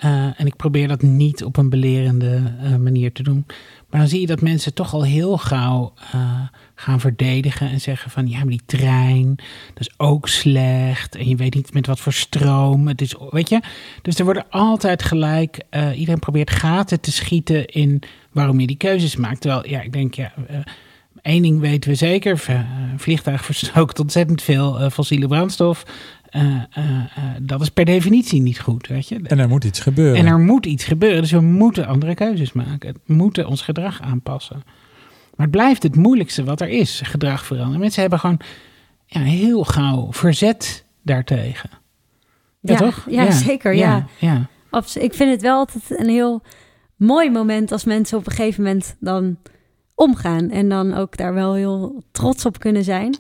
En ik probeer dat niet op een belerende manier te doen. Maar dan zie je dat mensen toch al heel gauw gaan verdedigen en zeggen van ja, maar die trein, dat is ook slecht. En je weet niet met wat voor stroom. Het is, weet je? Dus er worden altijd gelijk, iedereen probeert gaten te schieten in waarom je die keuzes maakt. Terwijl, ja, ik denk, één ding weten we zeker. Vliegtuig verstookt ontzettend veel fossiele brandstof. Dat is per definitie niet goed, weet je. En er moet iets gebeuren. Dus we moeten andere keuzes maken. We moeten ons gedrag aanpassen. Maar het blijft het moeilijkste wat er is, gedrag veranderen. Mensen hebben gewoon heel gauw verzet daartegen. Ja, toch? Ja, zeker. Ja. Ik vind het wel altijd een heel mooi moment als mensen op een gegeven moment dan omgaan. En dan ook daar wel heel trots op kunnen zijn.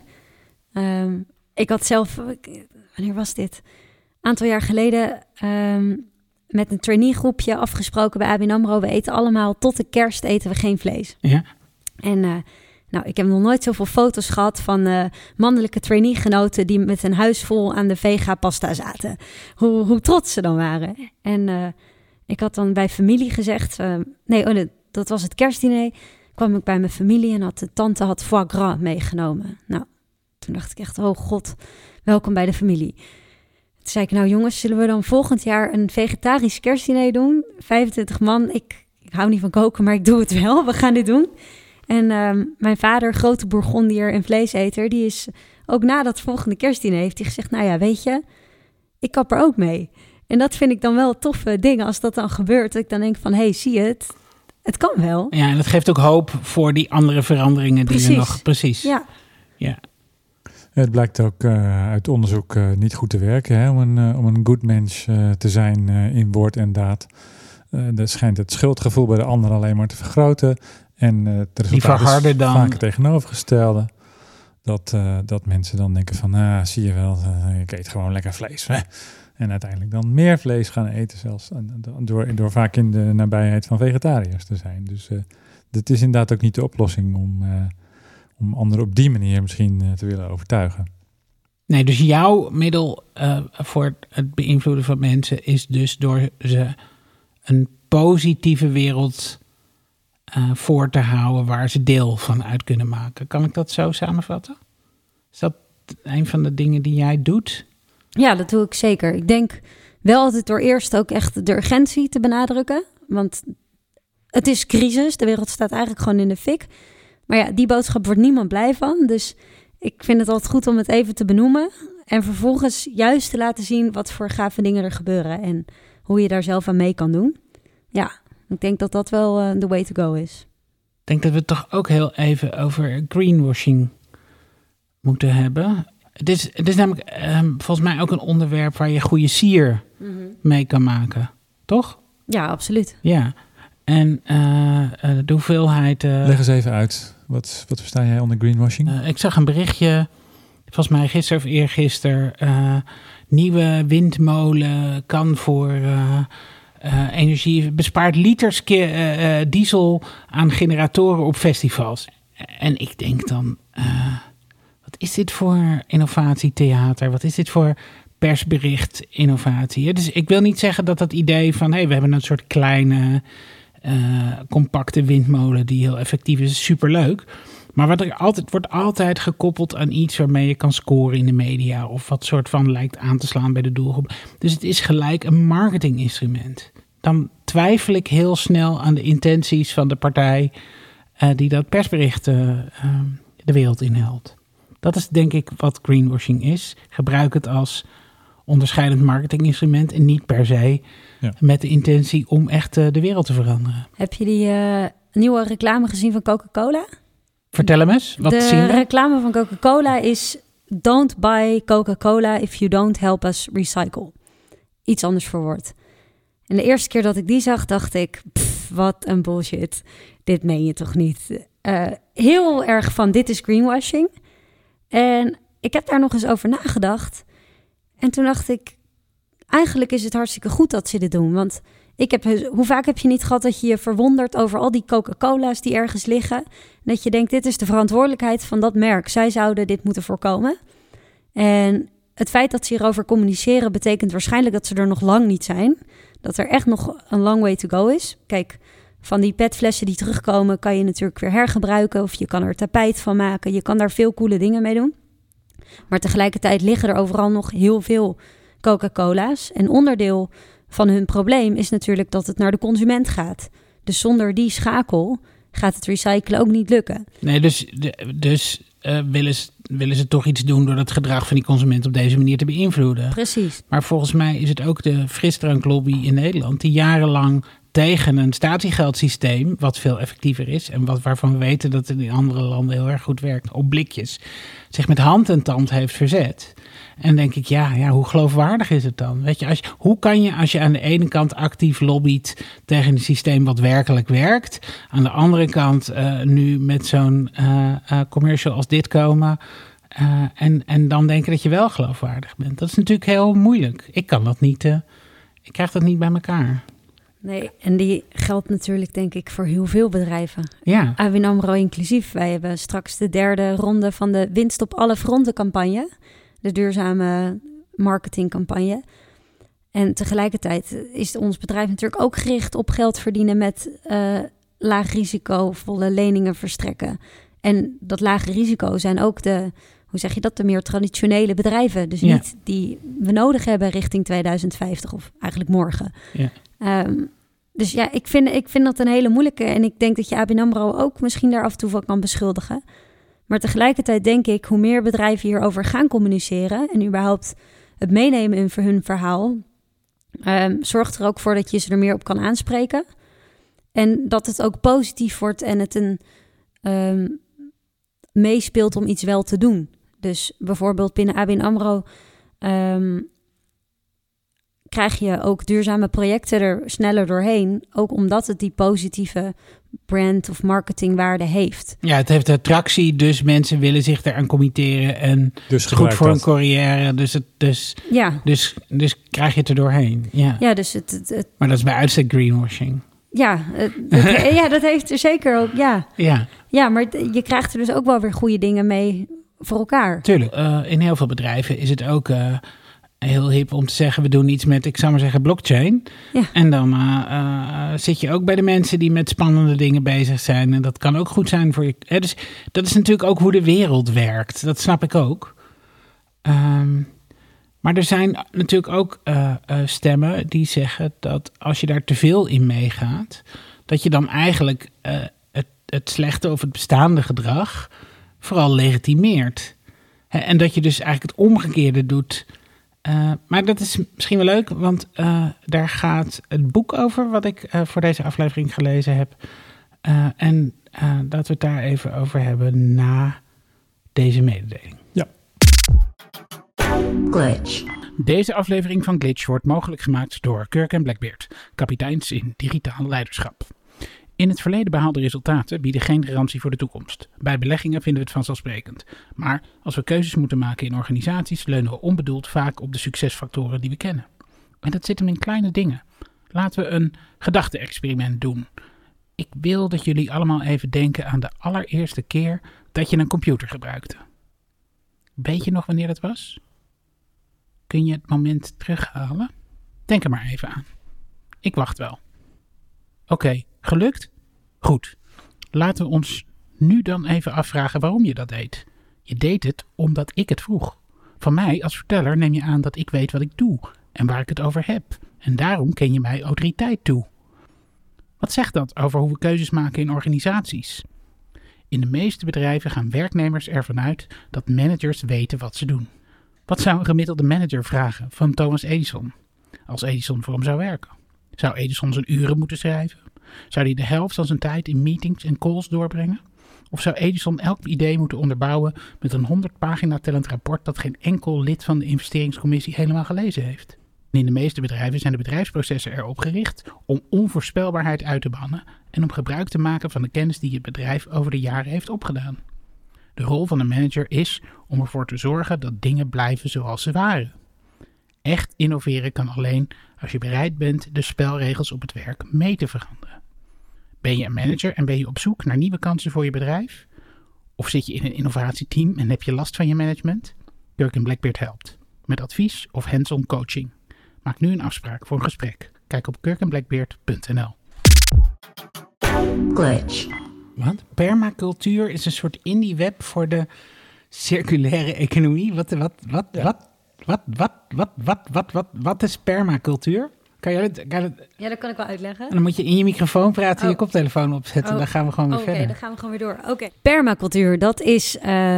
Ik had zelf... Wanneer was dit? Een aantal jaar geleden met een traineegroepje afgesproken bij ABN AMRO. We eten allemaal tot de kerst eten we geen vlees. Ja. En ik heb nog nooit zoveel foto's gehad van mannelijke traineegenoten die met een huis vol aan de vega pasta zaten. Hoe trots ze dan waren. En ik had dan bij familie gezegd, dat was het kerstdiner. Kwam ik bij mijn familie en de tante had foie gras meegenomen. Nou, toen dacht ik echt, oh god, welkom bij de familie. Toen zei ik, nou jongens, zullen we dan volgend jaar een vegetarisch kerstdiner doen? 25 man, ik hou niet van koken, maar ik doe het wel. We gaan dit doen. En mijn vader, grote Bourgondier en vleeseter, die is ook na dat volgende kerstdiner heeft hij gezegd, nou ja, weet je, ik kap er ook mee. En dat vind ik dan wel toffe dingen als dat dan gebeurt. Dat ik dan denk van, hey, zie je het? Het kan wel. Ja, en dat geeft ook hoop voor die andere veranderingen die we nog... Precies. Ja. Het blijkt ook uit onderzoek niet goed te werken, hè? Om een good mens te zijn in woord en daad. Dat schijnt het schuldgevoel bij de ander alleen maar te vergroten. En het resultaat is vaak het tegenovergestelde. Dat mensen dan denken van, zie je wel, ik eet gewoon lekker vlees. En uiteindelijk dan meer vlees gaan eten zelfs. Door vaak in de nabijheid van vegetariërs te zijn. Dus dat is inderdaad ook niet de oplossing om anderen op die manier misschien te willen overtuigen. Nee, dus jouw middel voor het beïnvloeden van mensen is dus door ze een positieve wereld voor te houden waar ze deel van uit kunnen maken. Kan ik dat zo samenvatten? Is dat een van de dingen die jij doet? Ja, dat doe ik zeker. Ik denk wel altijd door eerst ook echt de urgentie te benadrukken. Want het is crisis. De wereld staat eigenlijk gewoon in de fik. Maar ja, die boodschap wordt niemand blij van. Dus ik vind het altijd goed om het even te benoemen. En vervolgens juist te laten zien wat voor gave dingen er gebeuren. En hoe je daar zelf aan mee kan doen. Ja, ik denk dat dat wel the way to go is. Ik denk dat we het toch ook heel even over greenwashing moeten hebben. Het is namelijk volgens mij ook een onderwerp waar je goede sier mee kan maken. Toch? Ja, absoluut. Ja. En de hoeveelheid... Leg eens even uit. Wat versta jij onder greenwashing? Ik zag een berichtje, volgens mij gisteren of eergisteren. Nieuwe windmolen kan voor energie... bespaart liters diesel aan generatoren op festivals. En ik denk dan... wat is dit voor innovatietheater? Wat is dit voor persbericht innovatie? Dus ik wil niet zeggen dat dat idee van... we hebben een soort kleine... compacte windmolen die heel effectief is superleuk. Maar wordt altijd gekoppeld aan iets waarmee je kan scoren in de media of wat soort van lijkt aan te slaan bij de doelgroep. Dus het is gelijk een marketinginstrument. Dan twijfel ik heel snel aan de intenties van de partij die dat persbericht de wereld inhelpt. Dat is denk ik wat greenwashing is. Gebruik het als onderscheidend marketinginstrument en niet per se met de intentie om echt de wereld te veranderen. Heb je die nieuwe reclame gezien van Coca-Cola? Vertel hem eens. De reclame van Coca-Cola is... Don't buy Coca-Cola if you don't help us recycle. Iets anders verwoord. En de eerste keer dat ik die zag, dacht ik... wat een bullshit. Dit meen je toch niet? Heel erg van, dit is greenwashing. En ik heb daar nog eens over nagedacht. En toen dacht ik... eigenlijk is het hartstikke goed dat ze dit doen. Want hoe vaak heb je niet gehad dat je je verwondert over al die Coca-Cola's die ergens liggen? En dat je denkt, dit is de verantwoordelijkheid van dat merk. Zij zouden dit moeten voorkomen. En het feit dat ze hierover communiceren betekent waarschijnlijk dat ze er nog lang niet zijn. dat er echt nog een long way to go is. Kijk, van die petflessen die terugkomen kan je natuurlijk weer hergebruiken of je kan er tapijt van maken. Je kan daar veel coole dingen mee doen. Maar tegelijkertijd liggen er overal nog heel veel Coca-Cola's. En onderdeel van hun probleem is natuurlijk dat het naar de consument gaat. Dus zonder die schakel gaat het recyclen ook niet lukken. Nee, dus willen ze toch iets doen door het gedrag van die consument op deze manier te beïnvloeden. Precies. Maar volgens mij is het ook de frisdranklobby in Nederland die jarenlang tegen een statiegeldsysteem, wat veel effectiever is en waarvan we weten dat het in andere landen heel erg goed werkt, op blikjes, zich met hand en tand heeft verzet. En denk ik, ja, hoe geloofwaardig is het dan? Weet je, hoe kan je, als je aan de ene kant actief lobbyt tegen een systeem wat werkelijk werkt, aan de andere kant nu met zo'n commercial als dit komen en dan denken dat je wel geloofwaardig bent? Dat is natuurlijk heel moeilijk. Ik kan dat niet, ik krijg dat niet bij elkaar. Nee, en die geldt natuurlijk denk ik voor heel veel bedrijven. Ja. ABN AMRO inclusief. Wij hebben straks de 3e ronde van de winst op alle fronten campagne. De duurzame marketingcampagne. En tegelijkertijd is ons bedrijf natuurlijk ook gericht op geld verdienen met laag risicovolle leningen verstrekken. En dat lage risico zijn ook de meer traditionele bedrijven. Dus niet die we nodig hebben richting 2050 of eigenlijk morgen. Ja. Dus ja, ik vind dat een hele moeilijke. En ik denk dat je ABN AMRO ook misschien daar af en toe van kan beschuldigen. Maar tegelijkertijd denk ik, hoe meer bedrijven hierover gaan communiceren en überhaupt het meenemen in hun verhaal, zorgt er ook voor dat je ze er meer op kan aanspreken. En dat het ook positief wordt en het meespeelt om iets wel te doen. Dus bijvoorbeeld binnen ABN AMRO krijg je ook duurzame projecten er sneller doorheen. Ook omdat het die positieve brand- of marketingwaarde heeft. Ja, het heeft attractie, dus mensen willen zich eraan committeren. En dus goed voor hun carrière. Dus krijg je het er doorheen. Ja, dus maar dat is bij uitstek greenwashing. Ja, dat heeft er zeker ook, Ja, maar je krijgt er dus ook wel weer goede dingen mee voor elkaar. Tuurlijk. In heel veel bedrijven is het ook heel hip om te zeggen, we doen iets met, ik zou maar zeggen, blockchain. Ja. En dan zit je ook bij de mensen die met spannende dingen bezig zijn. En dat kan ook goed zijn voor je. Dus dat is natuurlijk ook hoe de wereld werkt. Dat snap ik ook. Maar er zijn natuurlijk ook stemmen die zeggen dat als je daar te veel in meegaat, dat je dan eigenlijk het slechte of het bestaande gedrag vooral legitimeert. En dat je dus eigenlijk het omgekeerde doet. Maar dat is misschien wel leuk, want daar gaat het boek over wat ik voor deze aflevering gelezen heb. En dat we het daar even over hebben na deze mededeling. Ja. Glitch. Deze aflevering van Glitch wordt mogelijk gemaakt door Kirk en Blackbeard, kapiteins in digitaal leiderschap. In het verleden behaalde resultaten bieden geen garantie voor de toekomst. Bij beleggingen vinden we het vanzelfsprekend. Maar als we keuzes moeten maken in organisaties, leunen we onbedoeld vaak op de succesfactoren die we kennen. En dat zit hem in kleine dingen. Laten we een gedachte-experiment doen. Ik wil dat jullie allemaal even denken aan de allereerste keer dat je een computer gebruikte. Weet je nog wanneer dat was? Kun je het moment terughalen? Denk er maar even aan. Ik wacht wel. Oké, gelukt? Goed. Laten we ons nu dan even afvragen waarom je dat deed. Je deed het omdat ik het vroeg. Van mij als verteller neem je aan dat ik weet wat ik doe en waar ik het over heb. En daarom ken je mij autoriteit toe. Wat zegt dat over hoe we keuzes maken in organisaties? In de meeste bedrijven gaan werknemers ervan uit dat managers weten wat ze doen. Wat zou een gemiddelde manager vragen van Thomas Edison als Edison voor hem zou werken? Zou Edison zijn uren moeten schrijven? Zou hij de helft van zijn tijd in meetings en calls doorbrengen? Of zou Edison elk idee moeten onderbouwen met een 100 pagina tellend rapport dat geen enkel lid van de investeringscommissie helemaal gelezen heeft? En in de meeste bedrijven zijn de bedrijfsprocessen erop gericht om onvoorspelbaarheid uit te bannen en om gebruik te maken van de kennis die het bedrijf over de jaren heeft opgedaan. De rol van een manager is om ervoor te zorgen dat dingen blijven zoals ze waren. Echt innoveren kan alleen als je bereid bent de spelregels op het werk mee te veranderen. Ben je een manager en ben je op zoek naar nieuwe kansen voor je bedrijf? Of zit je in een innovatieteam en heb je last van je management? Kirk en Blackbeard helpt. Met advies of hands-on coaching. Maak nu een afspraak voor een gesprek. Kijk op kirkandblackbeard.nl. Glitch. Want permacultuur is een soort indie-web voor de circulaire economie. Wat is permacultuur? Kan je het? Ja, dat kan ik wel uitleggen. En dan moet je in je microfoon praten en je koptelefoon opzetten. Dan gaan we gewoon weer verder. Oké, dan gaan we gewoon weer door. Oké. Permacultuur, dat is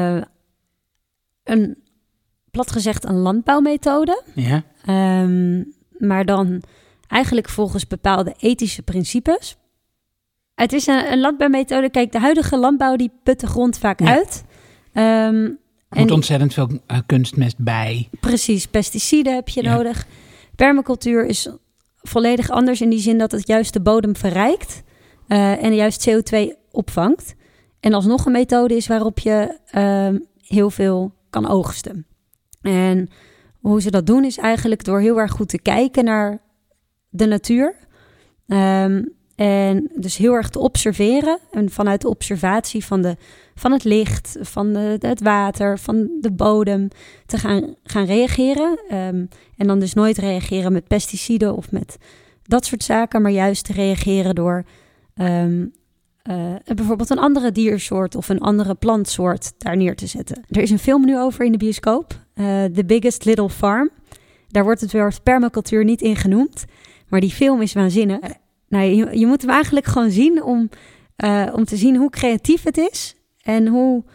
plat gezegd een landbouwmethode. Ja. Maar dan eigenlijk volgens bepaalde ethische principes. Het is een landbouwmethode. Kijk, de huidige landbouw die put de grond vaak uit. Er moet ontzettend veel kunstmest bij. Precies, pesticiden heb je nodig. Permacultuur is volledig anders in die zin dat het juist de bodem verrijkt en juist CO2 opvangt. En alsnog een methode is waarop je heel veel kan oogsten. En hoe ze dat doen is eigenlijk door heel erg goed te kijken naar de natuur. En dus heel erg te observeren. En vanuit de observatie van het licht, van het water, van de bodem te gaan reageren. En dan dus nooit reageren met pesticiden of met dat soort zaken. Maar juist te reageren door bijvoorbeeld een andere diersoort of een andere plantsoort daar neer te zetten. Er is een film nu over in de bioscoop. The Biggest Little Farm. Daar wordt het woord permacultuur niet in genoemd. Maar die film is waanzinnig. Nou, je moet hem eigenlijk gewoon zien om te zien hoe creatief het is. En hoe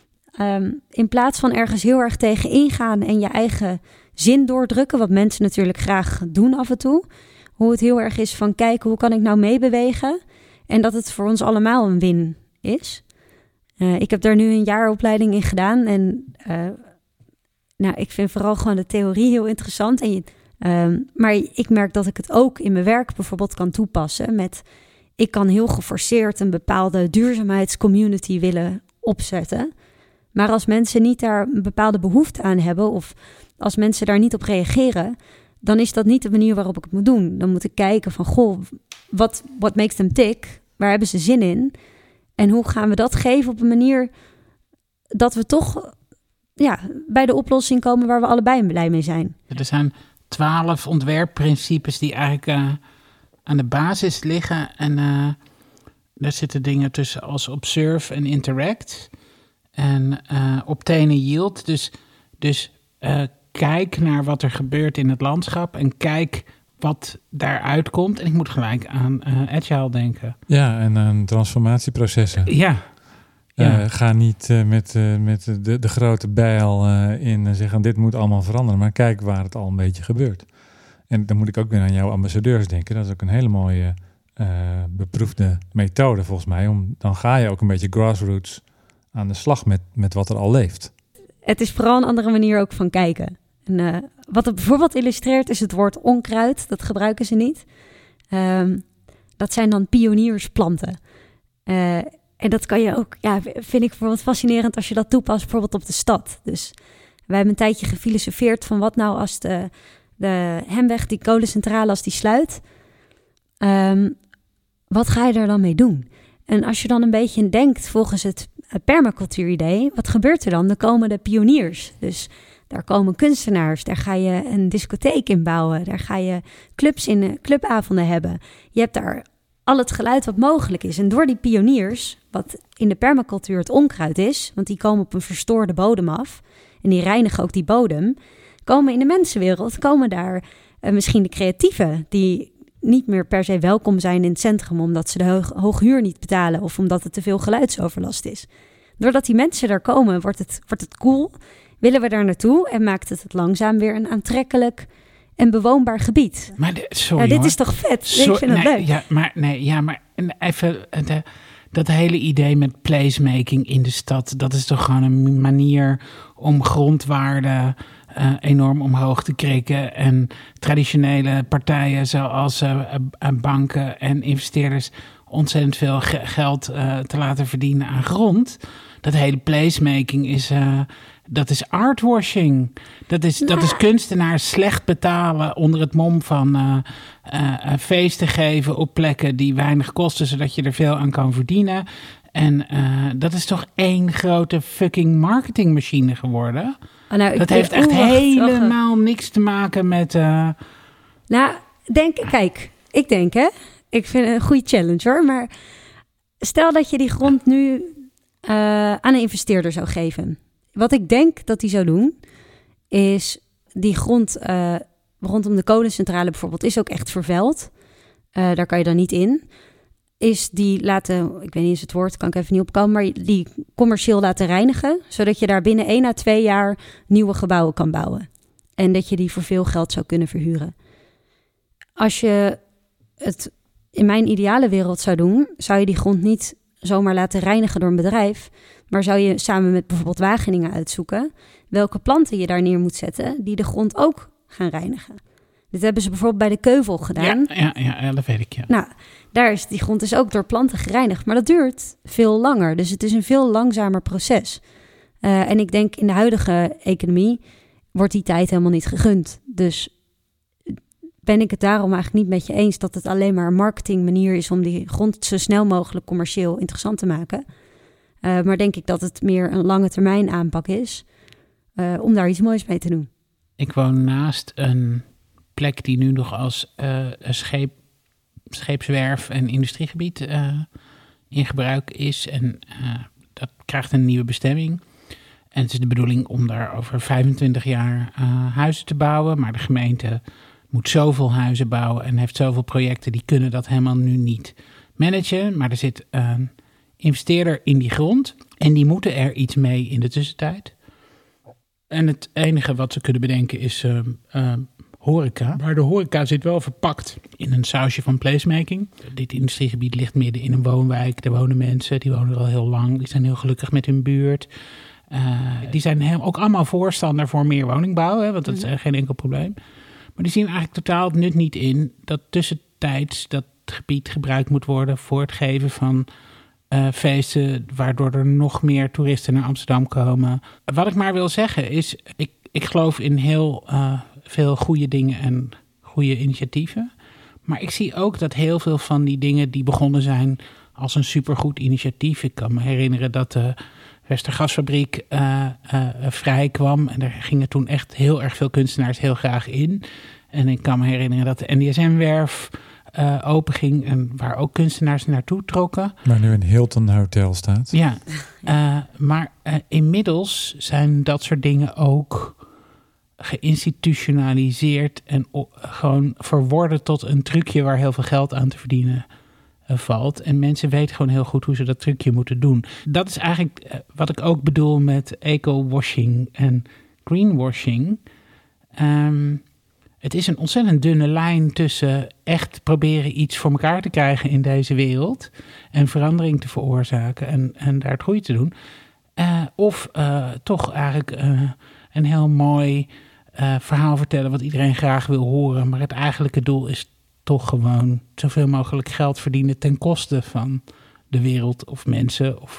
in plaats van ergens heel erg tegen ingaan en je eigen zin doordrukken, wat mensen natuurlijk graag doen af en toe. Hoe het heel erg is van kijken, hoe kan ik nou meebewegen? En dat het voor ons allemaal een win is. Ik heb daar nu een jaaropleiding in gedaan. En ik vind vooral gewoon de theorie heel interessant. Maar ik merk dat ik het ook in mijn werk bijvoorbeeld kan toepassen. Ik kan heel geforceerd een bepaalde duurzaamheidscommunity willen opzetten. Maar als mensen niet daar een bepaalde behoefte aan hebben, of als mensen daar niet op reageren, dan is dat niet de manier waarop ik het moet doen. Dan moet ik kijken van, goh, what makes them tick? Waar hebben ze zin in? En hoe gaan we dat geven op een manier dat we toch bij de oplossing komen waar we allebei blij mee zijn? Er zijn 12 ontwerpprincipes die eigenlijk aan de basis liggen. En daar zitten dingen tussen als observe en interact. En obtain a yield. Dus kijk naar wat er gebeurt in het landschap. En kijk wat daaruit komt. En ik moet gelijk aan agile denken. Ja, en aan transformatieprocessen. Ja. Ga niet met de grote bijl in en zeggen, dit moet allemaal veranderen. Maar kijk waar het al een beetje gebeurt. En dan moet ik ook weer aan jouw ambassadeurs denken. Dat is ook een hele mooie beproefde methode volgens mij. Dan ga je ook een beetje grassroots aan de slag met wat er al leeft. Het is vooral een andere manier ook van kijken. En, wat het bijvoorbeeld illustreert is het woord onkruid. Dat gebruiken ze niet. Dat zijn dan pioniersplanten. En dat kan je ook, vind ik bijvoorbeeld fascinerend als je dat toepast bijvoorbeeld op de stad. Dus wij hebben een tijdje gefilosofeerd van wat nou als de Hemweg, die kolencentrale, als die sluit. Wat ga je er dan mee doen? En als je dan een beetje denkt volgens het permacultuur-idee, wat gebeurt er dan? Dan komen de pioniers. Dus daar komen kunstenaars, daar ga je een discotheek in bouwen, daar ga je clubavonden hebben. Je hebt daar al het geluid wat mogelijk is. En door die pioniers, wat in de permacultuur het onkruid is, want die komen op een verstoorde bodem af en die reinigen ook die bodem, komen in de mensenwereld, komen daar misschien de creatieven die niet meer per se welkom zijn in het centrum omdat ze de hoge huur niet betalen of omdat het te veel geluidsoverlast is. Doordat die mensen daar komen, wordt het cool, willen we daar naartoe en maakt het langzaam weer een aantrekkelijk en bewoonbaar gebied. Maar dit is toch vet? Ik vind het leuk. Maar even dat hele idee met placemaking in de stad, dat is toch gewoon een manier om grondwaarden enorm omhoog te krikken en traditionele partijen zoals banken en investeerders ontzettend veel geld te laten verdienen aan grond. Dat hele placemaking is dat is artwashing. Dat is kunstenaars slecht betalen onder het mom van feesten geven op plekken die weinig kosten, zodat je er veel aan kan verdienen. En dat is toch één grote fucking marketingmachine geworden? Dat heeft echt helemaal niks te maken met... kijk, ik denk ik vind het een goede challenge hoor. Maar stel dat je die grond nu aan een investeerder zou geven. Wat ik denk dat hij zou doen, is die grond rondom de kolencentrale bijvoorbeeld is ook echt vervuild. Daar kan je dan niet in. Is die laten, ik weet niet eens het woord, kan ik even niet opkomen, maar die commercieel laten reinigen, zodat je daar binnen 1 à 2 jaar nieuwe gebouwen kan bouwen. En dat je die voor veel geld zou kunnen verhuren. Als je het in mijn ideale wereld zou doen, zou je die grond niet zomaar laten reinigen door een bedrijf, maar zou je samen met bijvoorbeeld Wageningen uitzoeken welke planten je daar neer moet zetten die de grond ook gaan reinigen. Dit hebben ze bijvoorbeeld bij de Keuvel gedaan. Ja, dat weet ik, ja. Nou, daar is die grond dus ook door planten gereinigd. Maar dat duurt veel langer. Dus het is een veel langzamer proces. En ik denk in de huidige economie wordt die tijd helemaal niet gegund. Dus ben ik het daarom eigenlijk niet met je eens dat het alleen maar een marketingmanier is om die grond zo snel mogelijk commercieel interessant te maken. Maar denk ik dat het meer een lange termijn aanpak is om daar iets moois mee te doen. Ik woon naast een plek die nu nog als scheepswerf en industriegebied in gebruik is. En dat krijgt een nieuwe bestemming. En het is de bedoeling om daar over 25 jaar huizen te bouwen. Maar de gemeente moet zoveel huizen bouwen en heeft zoveel projecten. Die kunnen dat helemaal nu niet managen. Maar er zit een investeerder in die grond. En die moeten er iets mee in de tussentijd. En het enige wat ze kunnen bedenken is horeca. Maar de horeca zit wel verpakt in een sausje van placemaking. Dit industriegebied ligt midden in een woonwijk. Er wonen mensen, die wonen er al heel lang. Die zijn heel gelukkig met hun buurt. Die zijn ook allemaal voorstander voor meer woningbouw. Hè, want dat is geen enkel probleem. Maar die zien eigenlijk totaal het nut niet in dat tussentijds dat gebied gebruikt moet worden voor het geven van feesten, waardoor er nog meer toeristen naar Amsterdam komen. Wat ik maar wil zeggen is, ik geloof in heel veel goede dingen en goede initiatieven. Maar ik zie ook dat heel veel van die dingen die begonnen zijn als een supergoed initiatief. Ik kan me herinneren dat de Westergasfabriek vrij kwam. En daar gingen toen echt heel erg veel kunstenaars heel graag in. En ik kan me herinneren dat de NDSM-werf open ging en waar ook kunstenaars naartoe trokken. Maar nu een Hilton Hotel staat. Ja, maar inmiddels zijn dat soort dingen ook geïnstitutionaliseerd en gewoon verworden tot een trucje waar heel veel geld aan te verdienen valt. En mensen weten gewoon heel goed hoe ze dat trucje moeten doen. Dat is eigenlijk wat ik ook bedoel met eco-washing en greenwashing. Het is een ontzettend dunne lijn tussen echt proberen iets voor elkaar te krijgen in deze wereld en verandering te veroorzaken en daar het goede te doen. Of toch eigenlijk een heel mooi verhaal vertellen wat iedereen graag wil horen. Maar het eigenlijke doel is toch gewoon zoveel mogelijk geld verdienen ten koste van de wereld of mensen of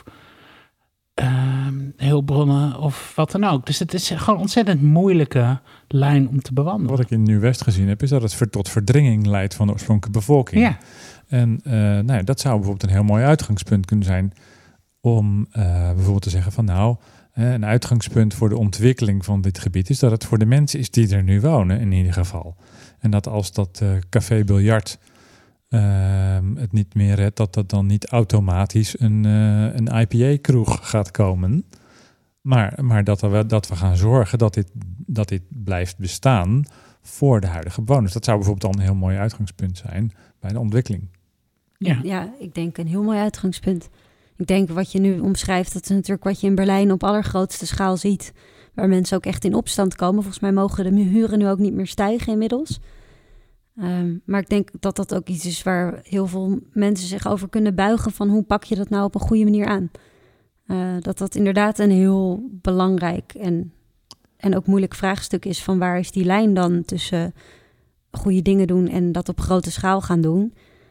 hulpbronnen of wat dan ook. Dus het is gewoon een ontzettend moeilijke lijn om te bewandelen. Wat ik in Nieuw-West gezien heb, is dat het tot verdringing leidt van de oorspronkelijke bevolking. Ja. En dat zou bijvoorbeeld een heel mooi uitgangspunt kunnen zijn om bijvoorbeeld te zeggen van een uitgangspunt voor de ontwikkeling van dit gebied is dat het voor de mensen is die er nu wonen in ieder geval. En dat als dat café biljart het niet meer redt, dat dan niet automatisch een IPA-kroeg gaat komen. Maar dat we gaan zorgen dat dit blijft bestaan voor de huidige bewoners. Dat zou bijvoorbeeld dan een heel mooi uitgangspunt zijn bij de ontwikkeling. Ja, ik denk een heel mooi uitgangspunt. Ik denk wat je nu omschrijft, dat is natuurlijk wat je in Berlijn op allergrootste schaal ziet. Waar mensen ook echt in opstand komen. Volgens mij mogen de huren nu ook niet meer stijgen inmiddels. Maar ik denk dat dat ook iets is waar heel veel mensen zich over kunnen buigen van hoe pak je dat nou op een goede manier aan. Dat inderdaad een heel belangrijk en ook moeilijk vraagstuk is van waar is die lijn dan tussen goede dingen doen en dat op grote schaal gaan doen.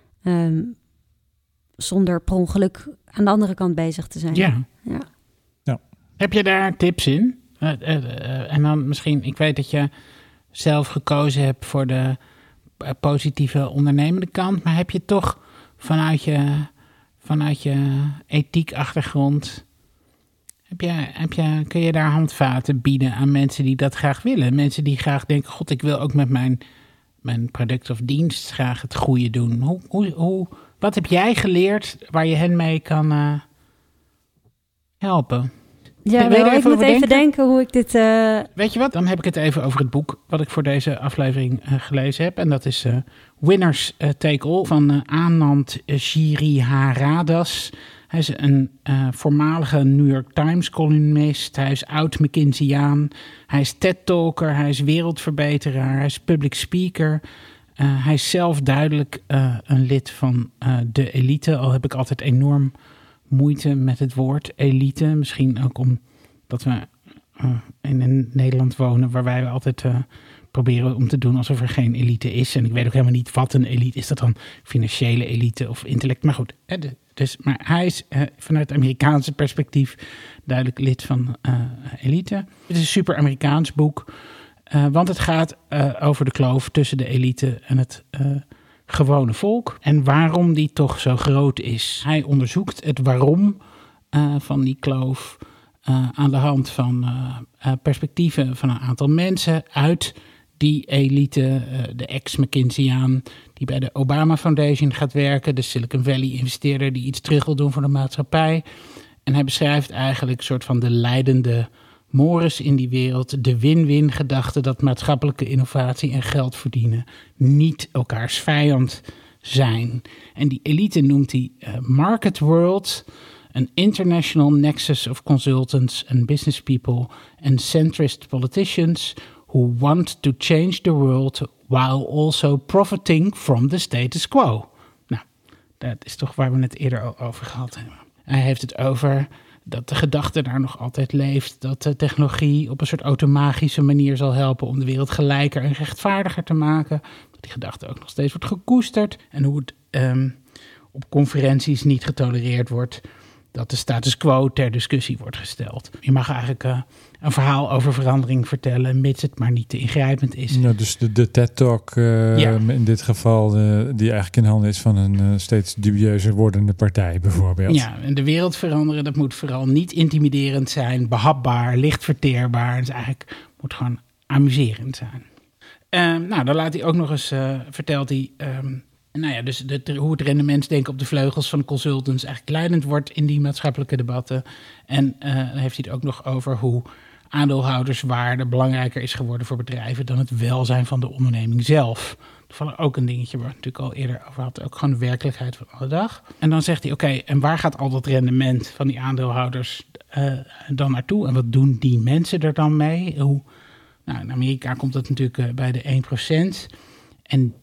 Zonder per ongeluk aan de andere kant bezig te zijn. Ja. Ja. Heb je daar tips in? En dan misschien, ik weet dat je zelf gekozen hebt voor de positieve ondernemende kant, maar heb je toch vanuit je ethiek achtergrond, kun je daar handvaten bieden aan mensen die dat graag willen? Mensen die graag denken, god, ik wil ook met mijn product of dienst graag het goede doen. Wat heb jij geleerd waar je hen mee kan helpen? Ja, ik moet even denken hoe ik dit... Weet je wat? Dan heb ik het even over het boek wat ik voor deze aflevering gelezen heb. En dat is Winners Take All van Anand Giridharadas. Hij is een voormalige New York Times columnist. Hij is oud McKinseyaan. Hij is TED-talker. Hij is wereldverbeteraar. Hij is public speaker. Hij is zelf duidelijk een lid van de elite. Al heb ik altijd enorm moeite met het woord elite. Misschien ook omdat we in een Nederland wonen waar wij altijd proberen om te doen alsof er geen elite is. En ik weet ook helemaal niet wat een elite is. Is dat dan financiële elite of intellect? Maar goed, maar hij is vanuit het Amerikaanse perspectief duidelijk lid van elite. Het is een super Amerikaans boek. Want het gaat over de kloof tussen de elite en het gewone volk. En waarom die toch zo groot is. Hij onderzoekt het waarom van die kloof aan de hand van perspectieven van een aantal mensen uit die elite. De ex-McKinseyaan die bij de Obama Foundation gaat werken. De Silicon Valley investeerder die iets terug wil doen voor de maatschappij. En hij beschrijft eigenlijk een soort van de leidende mores in die wereld, de win-win gedachte dat maatschappelijke innovatie en geld verdienen niet elkaars vijand zijn. En die elite noemt hij Market World, an international nexus of consultants and business people and centrist politicians who want to change the world while also profiting from the status quo. Nou, dat is toch waar we het eerder al over gehad hebben. Hij heeft het over dat de gedachte daar nog altijd leeft. Dat de technologie op een soort automagische manier zal helpen om de wereld gelijker en rechtvaardiger te maken. Dat die gedachte ook nog steeds wordt gekoesterd. En hoe het op conferenties niet getolereerd wordt dat de status quo ter discussie wordt gesteld. Je mag eigenlijk een verhaal over verandering vertellen, mits het maar niet te ingrijpend is. Ja, dus de TED-talk in dit geval, die eigenlijk in handen is van een steeds dubieuzer wordende partij bijvoorbeeld. Ja, en de wereld veranderen, dat moet vooral niet intimiderend zijn, behapbaar, licht verteerbaar. Het moet gewoon amuserend zijn. Dan laat hij ook nog eens, vertelt hij dus hoe het rendementsdenken op de vleugels van consultants eigenlijk leidend wordt in die maatschappelijke debatten. En dan heeft hij het ook nog over hoe aandeelhouderswaarde belangrijker is geworden voor bedrijven dan het welzijn van de onderneming zelf. Toevallig ook een dingetje waar we het natuurlijk al eerder over hadden. Ook gewoon de werkelijkheid van alle dag. En dan zegt hij, oké, en waar gaat al dat rendement van die aandeelhouders dan naartoe? En wat doen die mensen er dan mee? In Amerika komt dat natuurlijk bij de 1%. En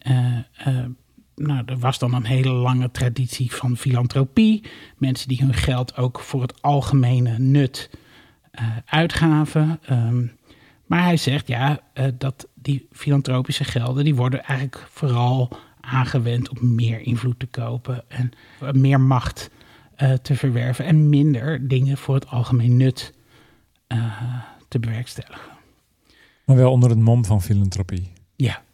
er was dan een hele lange traditie van filantropie. Mensen die hun geld ook voor het algemene nut uitgaven. Maar hij zegt dat die filantropische gelden, die worden eigenlijk vooral aangewend om meer invloed te kopen en meer macht te verwerven en minder dingen voor het algemeen nut te bewerkstelligen. Maar wel onder het mom van filantropie. Ja.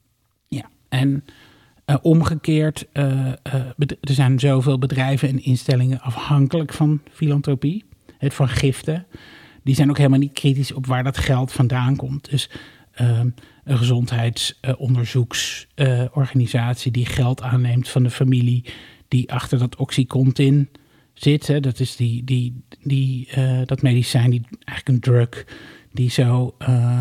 En omgekeerd, er zijn zoveel bedrijven en instellingen afhankelijk van filantropie, van giften. Die zijn ook helemaal niet kritisch op waar dat geld vandaan komt. Dus een gezondheidsonderzoeksorganisatie die geld aanneemt van de familie die achter dat Oxycontin zit. Hè, dat is dat medicijn, die eigenlijk een drug die zo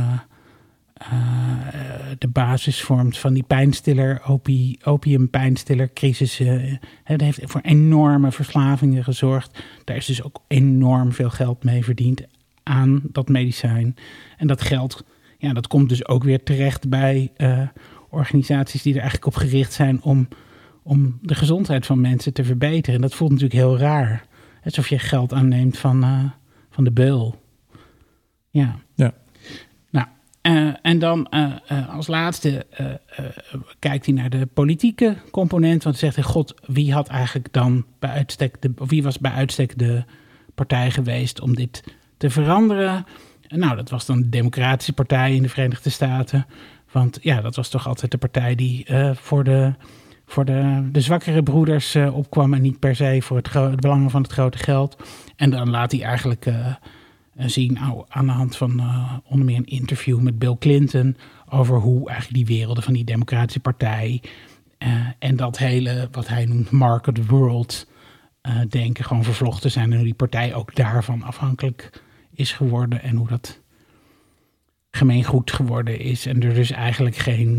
de basis vormt van die pijnstiller, opiumpijnstillercrisis. Dat heeft voor enorme verslavingen gezorgd. Daar is dus ook enorm veel geld mee verdiend aan dat medicijn. En dat geld, dat komt dus ook weer terecht bij organisaties die er eigenlijk op gericht zijn om de gezondheid van mensen te verbeteren. En dat voelt natuurlijk heel raar. Alsof je geld aanneemt van de beul. Ja. En dan als laatste kijkt hij naar de politieke component. Want hij zegt, God, wie had eigenlijk dan wie was bij uitstek de partij geweest om dit te veranderen? Nou, dat was dan de Democratische Partij in de Verenigde Staten. Want dat was toch altijd de partij die voor de zwakkere broeders opkwam en niet per se voor de belangen van het grote geld. En dan laat hij eigenlijk zien aan de hand van onder meer een interview met Bill Clinton over hoe eigenlijk die werelden van die Democratische Partij en dat hele, wat hij noemt market world denken, gewoon vervlochten zijn en hoe die partij ook daarvan afhankelijk is geworden en hoe dat gemeengoed geworden is en er dus eigenlijk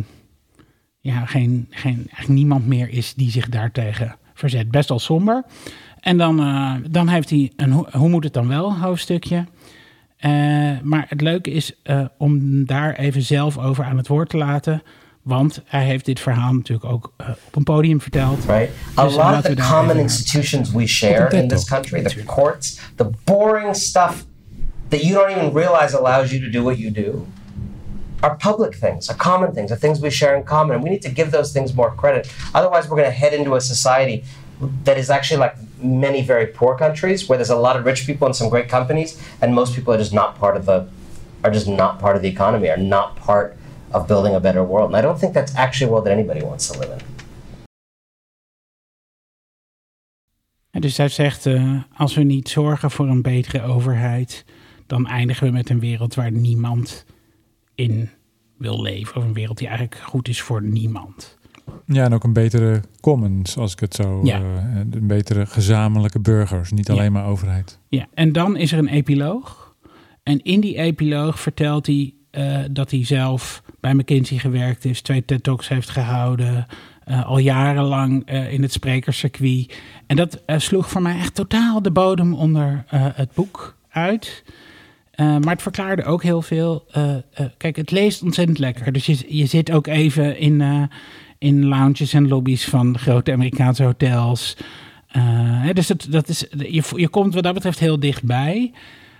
eigenlijk niemand meer is die zich daartegen verzet. Best wel somber. En dan heeft hij een hoe moet het dan wel hoofdstukje. Maar het leuke is om daar even zelf over aan het woord te laten. Want hij heeft dit verhaal natuurlijk ook op een podium verteld. Right? A lot of the common institutions we share in this country, the courts, the boring stuff that you don't even realize allows you to do what you do, are public things, are common things, are things we share in common. And we need to give those things more credit. Otherwise, we're going to head into a society that is actually like many very poor countries, where there's a lot of rich people and some great companies, and most people are just not part of the economy, are not part of building a better world. And I don't think that's actually a world that anybody wants to live in. Dus hij zegt, als we niet zorgen voor een betere overheid, dan eindigen we met een wereld waar niemand in wil leven. Of een wereld die eigenlijk goed is voor niemand. Ja, en ook een betere commons, als ik het zo... een betere gezamenlijke burgers, niet alleen maar overheid. Ja, en dan is er een epiloog. En in die epiloog vertelt hij dat hij zelf bij McKinsey gewerkt is, 2 TED-talks heeft gehouden, al jarenlang in het sprekerscircuit. En dat sloeg voor mij echt totaal de bodem onder het boek uit. Maar het verklaarde ook heel veel. Kijk, het leest ontzettend lekker. Dus je zit ook even in lounges en lobby's van grote Amerikaanse hotels. Dus je komt wat dat betreft heel dichtbij.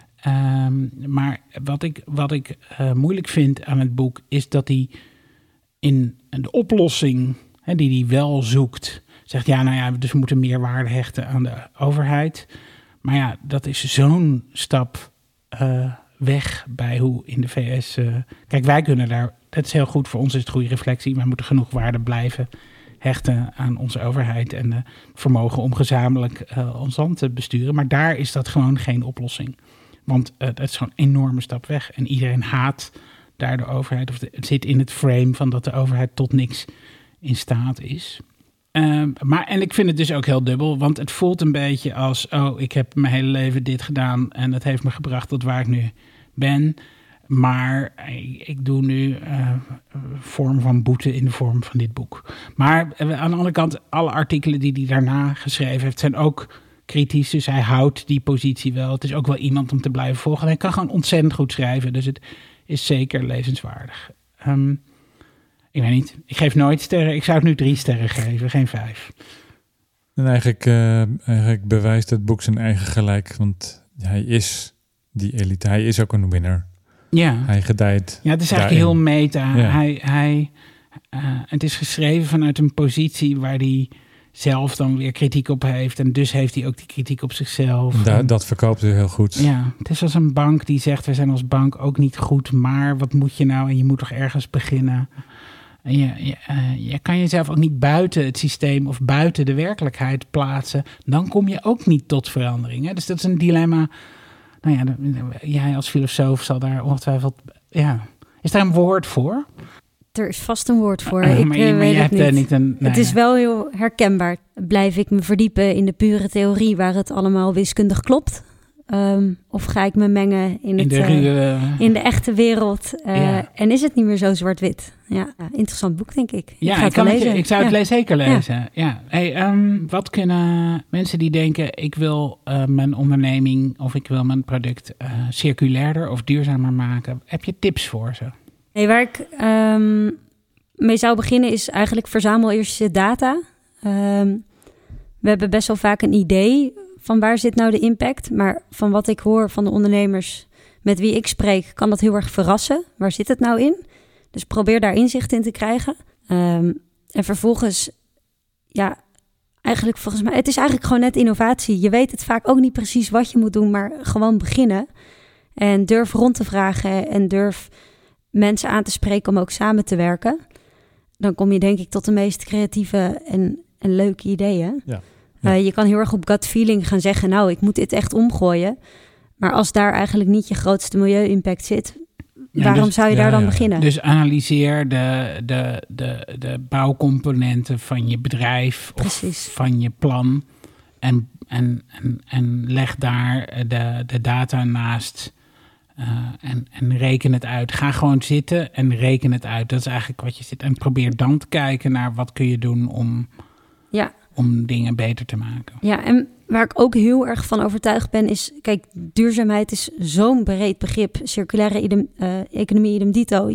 Maar wat ik moeilijk vind aan het boek is dat hij in de oplossing die hij wel zoekt, zegt dus we moeten meer waarde hechten aan de overheid. Maar ja, dat is zo'n stap weg bij hoe in de VS... Kijk, wij kunnen daar... Dat is heel goed, voor ons is het goede reflectie. Wij moeten genoeg waarde blijven hechten aan onze overheid en het vermogen om gezamenlijk ons land te besturen. Maar daar is dat gewoon geen oplossing. Want het is gewoon een enorme stap weg. En iedereen haat daar de overheid. Of het zit in het frame van dat de overheid tot niks in staat is. En ik vind het dus ook heel dubbel. Want het voelt een beetje als... ik heb mijn hele leven dit gedaan en dat heeft me gebracht tot waar ik nu ben. Maar ik doe nu vorm van boete in de vorm van dit boek. Maar aan de andere kant, alle artikelen die hij daarna geschreven heeft zijn ook kritisch. Dus hij houdt die positie wel. Het is ook wel iemand om te blijven volgen. Hij kan gewoon ontzettend goed schrijven. Dus het is zeker lezenswaardig. Ik weet niet. Ik geef nooit sterren. Ik zou het nu 3 sterren geven, geen 5. En eigenlijk bewijst het boek zijn eigen gelijk. Want hij is die elite. Hij is ook een winner. Ja. Hij gedijt. Ja, het is eigenlijk daarin. heel meta. Ja. Het is geschreven vanuit een positie waar hij zelf dan weer kritiek op heeft. En dus heeft hij ook die kritiek op zichzelf. Dat verkoopt hij heel goed. Ja, het is als een bank die zegt, we zijn als bank ook niet goed, maar wat moet je nou? En je moet toch ergens beginnen. En je kan jezelf ook niet buiten het systeem of buiten de werkelijkheid plaatsen. Dan kom je ook niet tot verandering. Hè? Dus dat is een dilemma. Nou ja, jij als filosoof zal daar ongetwijfeld... Ja. Is daar een woord voor? Er is vast een woord voor. Maar je hebt niet een... Het is wel heel herkenbaar. Blijf ik me verdiepen in de pure theorie waar het allemaal wiskundig klopt? Of ga ik me mengen in de echte wereld? En is het niet meer zo zwart-wit? Ja, interessant boek, denk ik. Ja, ik zou het zeker lezen. Ja. Hey, wat kunnen mensen die denken, ik wil mijn onderneming of ik wil mijn product circulairder of duurzamer maken? Heb je tips voor ze? Nee, waar ik mee zou beginnen is eigenlijk verzamel eerst je data. We hebben best wel vaak een idee van waar zit nou de impact. Maar van wat ik hoor van de ondernemers met wie ik spreek, kan dat heel erg verrassen. Waar zit het nou in? Dus probeer daar inzicht in te krijgen. En vervolgens, ja, eigenlijk volgens mij, het is eigenlijk gewoon net innovatie. Je weet het vaak ook niet precies wat je moet doen, maar gewoon beginnen. En durf rond te vragen en durf mensen aan te spreken om ook samen te werken. Dan kom je denk ik tot de meest creatieve en leuke ideeën. Ja. Je kan heel erg op gut feeling gaan zeggen, nou, ik moet dit echt omgooien. Maar als daar eigenlijk niet je grootste milieu-impact zit, waarom zou je daar dan beginnen? Dus analyseer de bouwcomponenten van je bedrijf of van je plan en leg daar de data naast en reken het uit. Ga gewoon zitten en reken het uit. Dat is eigenlijk wat je zit. En probeer dan te kijken naar wat kun je doen om dingen beter te maken. Ja, en waar ik ook heel erg van overtuigd ben is, kijk, duurzaamheid is zo'n breed begrip. Circulaire economie idem dito.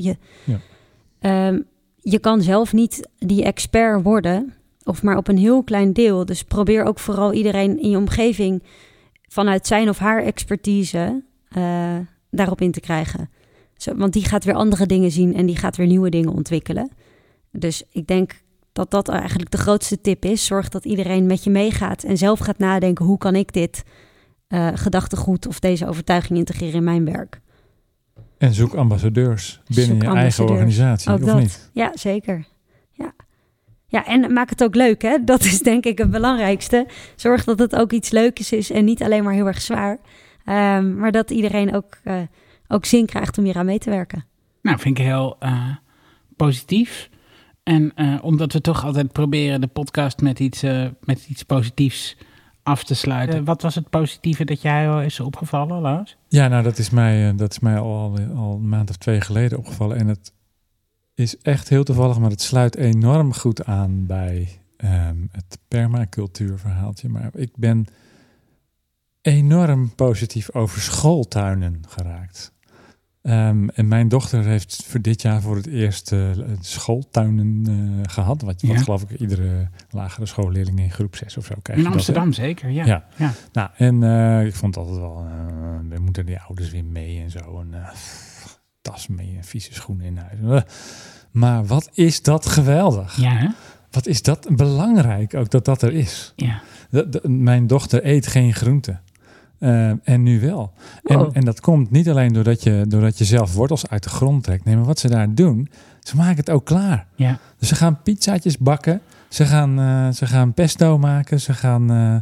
Je kan zelf niet die expert worden, of maar op een heel klein deel. Dus probeer ook vooral iedereen in je omgeving vanuit zijn of haar expertise daarop in te krijgen. Want die gaat weer andere dingen zien en die gaat weer nieuwe dingen ontwikkelen. Dus ik denk dat dat eigenlijk de grootste tip is. Zorg dat iedereen met je meegaat en zelf gaat nadenken, hoe kan ik dit gedachtegoed of deze overtuiging integreren in mijn werk. En zoek ambassadeurs binnen je eigen organisatie, ook of dat. niet? Ja, zeker. Ja, en maak het ook leuk, hè? Dat is denk ik het belangrijkste. Zorg dat het ook iets leuks is en niet alleen maar heel erg zwaar. Maar dat iedereen ook zin krijgt om hier aan mee te werken. Nou, vind ik heel positief. En omdat we toch altijd proberen de podcast met iets positiefs af te sluiten. Wat was het positieve dat jij is opgevallen, Lars? Ja, nou, dat is mij al een maand of 2 geleden opgevallen. En het is echt heel toevallig, maar het sluit enorm goed aan bij het permacultuurverhaaltje. Maar ik ben enorm positief over schooltuinen geraakt. En mijn dochter heeft voor dit jaar voor het eerst schooltuinen gehad. Wat geloof ik iedere lagere schoolleerling in groep 6 of zo krijgt. In Amsterdam zeker, ja. Nou, en ik vond altijd wel, we moeten die ouders weer mee en zo. En tas mee en vieze schoenen in huis. Maar wat is dat geweldig. Ja, hè? Wat is dat belangrijk ook dat er is. Ja. Mijn dochter eet geen groenten. En nu wel. En dat komt niet alleen doordat je zelf wortels uit de grond trekt. Nee, maar wat ze daar doen, ze maken het ook klaar. Ja. Dus ze gaan pizzaatjes bakken. Ze gaan pesto maken. Ze gaan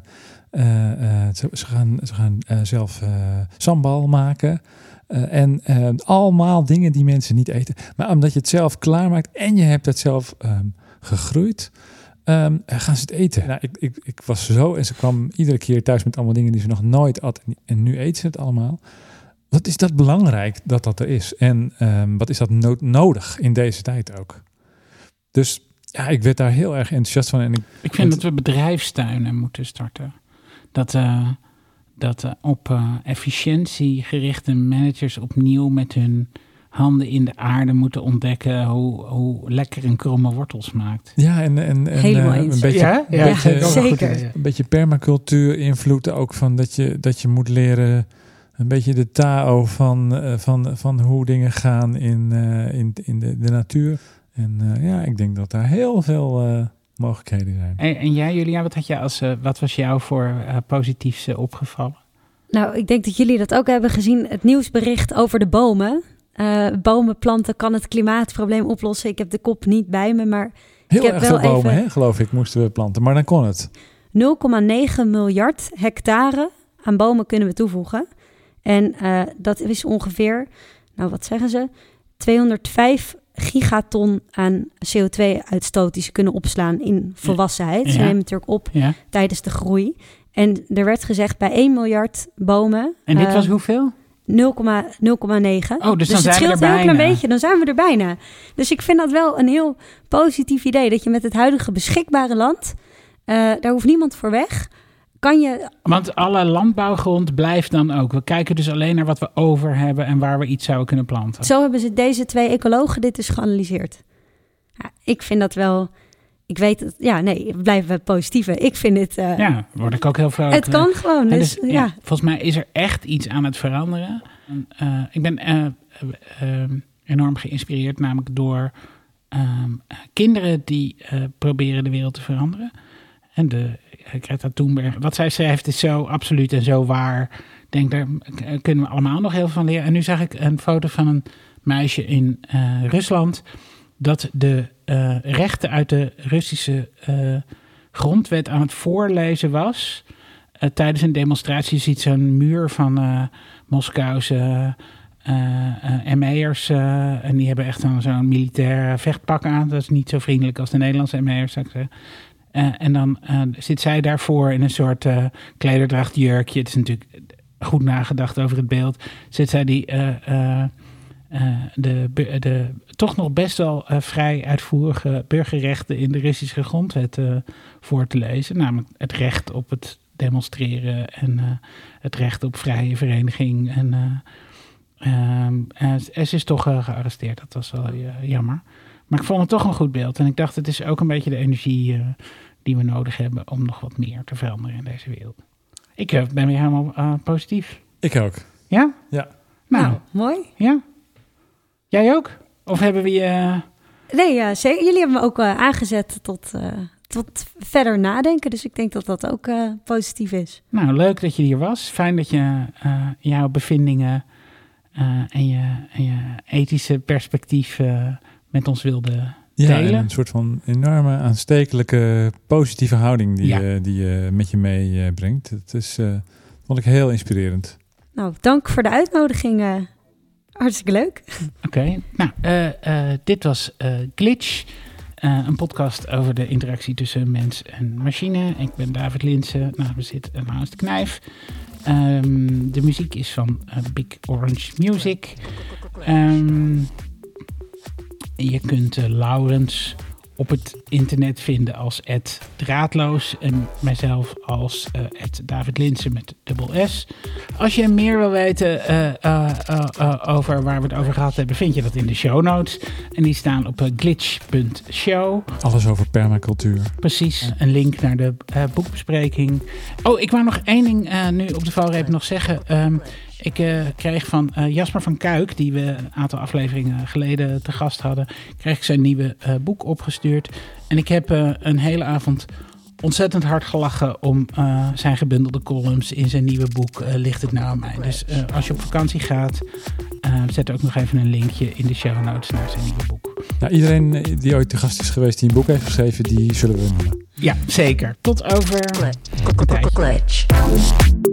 zelf sambal maken. En allemaal dingen die mensen niet eten. Maar omdat je het zelf klaarmaakt en je hebt het zelf gegroeid, gaan ze het eten. Nou, ik was zo en ze kwam iedere keer thuis met allemaal dingen die ze nog nooit had. En nu eet ze het allemaal. Wat is dat belangrijk dat er is? En wat is dat nodig in deze tijd ook? Dus ja, ik werd daar heel erg enthousiast van. En ik vind dat we bedrijfstuinen moeten starten. Dat op efficiëntie gerichte managers opnieuw met hun handen in de aarde moeten ontdekken hoe lekker een kromme wortel smaakt. Ja, en helemaal eens. Een beetje, zeker. Een beetje permacultuur invloed ook van dat je moet leren een beetje de Tao van hoe dingen gaan in de natuur. En ik denk dat daar heel veel mogelijkheden zijn. En jij, Julia, wat was jou voor positiefs opgevallen? Nou, ik denk dat jullie dat ook hebben gezien. Het nieuwsbericht over de bomen. Bomen planten kan het klimaatprobleem oplossen. Ik heb de kop niet bij me, maar heel ik heb erg wel veel bomen, even hè, geloof ik, moesten we planten. Maar dan kon het. 0,9 miljard hectare aan bomen kunnen we toevoegen. En dat is ongeveer, nou wat zeggen ze, 205 gigaton aan CO2-uitstoot die ze kunnen opslaan in volwassenheid. Ze nemen natuurlijk op tijdens de groei. En er werd gezegd bij 1 miljard bomen. En dit was hoeveel? 0,9. Oh, dus dan het zijn scheelt we er een heel klein bijna. beetje, dan zijn we er bijna. Dus ik vind dat wel een heel positief idee. Dat je met het huidige beschikbare land, daar hoeft niemand voor weg, kan je... Want alle landbouwgrond blijft dan ook. We kijken dus alleen naar wat we over hebben en waar we iets zouden kunnen planten. Zo hebben ze deze 2 ecologen dit dus geanalyseerd. Ja, ik vind dat wel... Ik weet het... Ja, nee, blijven positieve. Ik vind het... Ja, word ik ook heel vrolijk. Het kan gewoon. Dus, ja. Volgens mij is er echt iets aan het veranderen. Ik ben enorm geïnspireerd, namelijk door kinderen die proberen de wereld te veranderen. En Greta Thunberg, wat zij schrijft is zo absoluut en zo waar. Ik denk, daar kunnen we allemaal nog heel veel van leren. En nu zag ik een foto van een meisje in Rusland, dat de rechten uit de Russische grondwet aan het voorlezen was. tijdens een demonstratie ziet zo'n muur van Moskouse ME'ers. En die hebben echt zo'n militair vechtpak aan. Dat is niet zo vriendelijk als de Nederlandse ME'ers, zou ik zeggen. En dan zit zij daarvoor in een soort klederdrachtjurkje. Het is natuurlijk goed nagedacht over het beeld. Zit zij die de toch nog best wel vrij uitvoerige burgerrechten in de Russische grondwet voor te lezen. Namelijk het recht op het demonstreren en het recht op vrije vereniging. En ze is toch gearresteerd. Dat was wel jammer. Maar ik vond het toch een goed beeld. En ik dacht, het is ook een beetje de energie die we nodig hebben om nog wat meer te veranderen in deze wereld. Ik ben weer helemaal positief. Ik ook. Ja? Ja. Nou, mooi. Ja. Jij ook? Of hebben we je... Nee, zeker. Jullie hebben me ook aangezet tot verder nadenken. Dus ik denk dat dat ook positief is. Nou, leuk dat je hier was. Fijn dat je jouw bevindingen en je ethische perspectief met ons wilde delen. Ja, en een soort van enorme aanstekelijke positieve houding die je met je meebrengt. Het vond ik heel inspirerend. Nou, dank voor de uitnodiging. Hartstikke leuk. Oké. Nou, dit was Glitch. Een podcast over de interactie tussen mens en machine. Ik ben David Linssen. Nou, we zitten naast de Knijf. De muziek is van Big Orange Music. Je kunt Laurens op het internet vinden als @draadloos en mijzelf als David Linssen met ss. Als je meer wil weten over waar we het over gehad hebben, vind je dat in de show notes. En die staan op glitch.show. Alles over permacultuur. Precies, een link naar de boekbespreking. Oh, ik wou nog één ding nu op de valreep nog zeggen. Ik kreeg van Jasper van Kuik, die we een aantal afleveringen geleden te gast hadden, kreeg ik zijn nieuwe boek opgestuurd. En ik heb een hele avond ontzettend hard gelachen om zijn gebundelde columns in zijn nieuwe boek Ligt het nou aan mij. Dus als je op vakantie gaat, zet ook nog even een linkje in de show notes naar zijn nieuwe boek. Nou, iedereen die ooit te gast is geweest die een boek heeft geschreven, die zullen we noemen. Ja, zeker. Tot over een tijdje. Glitch.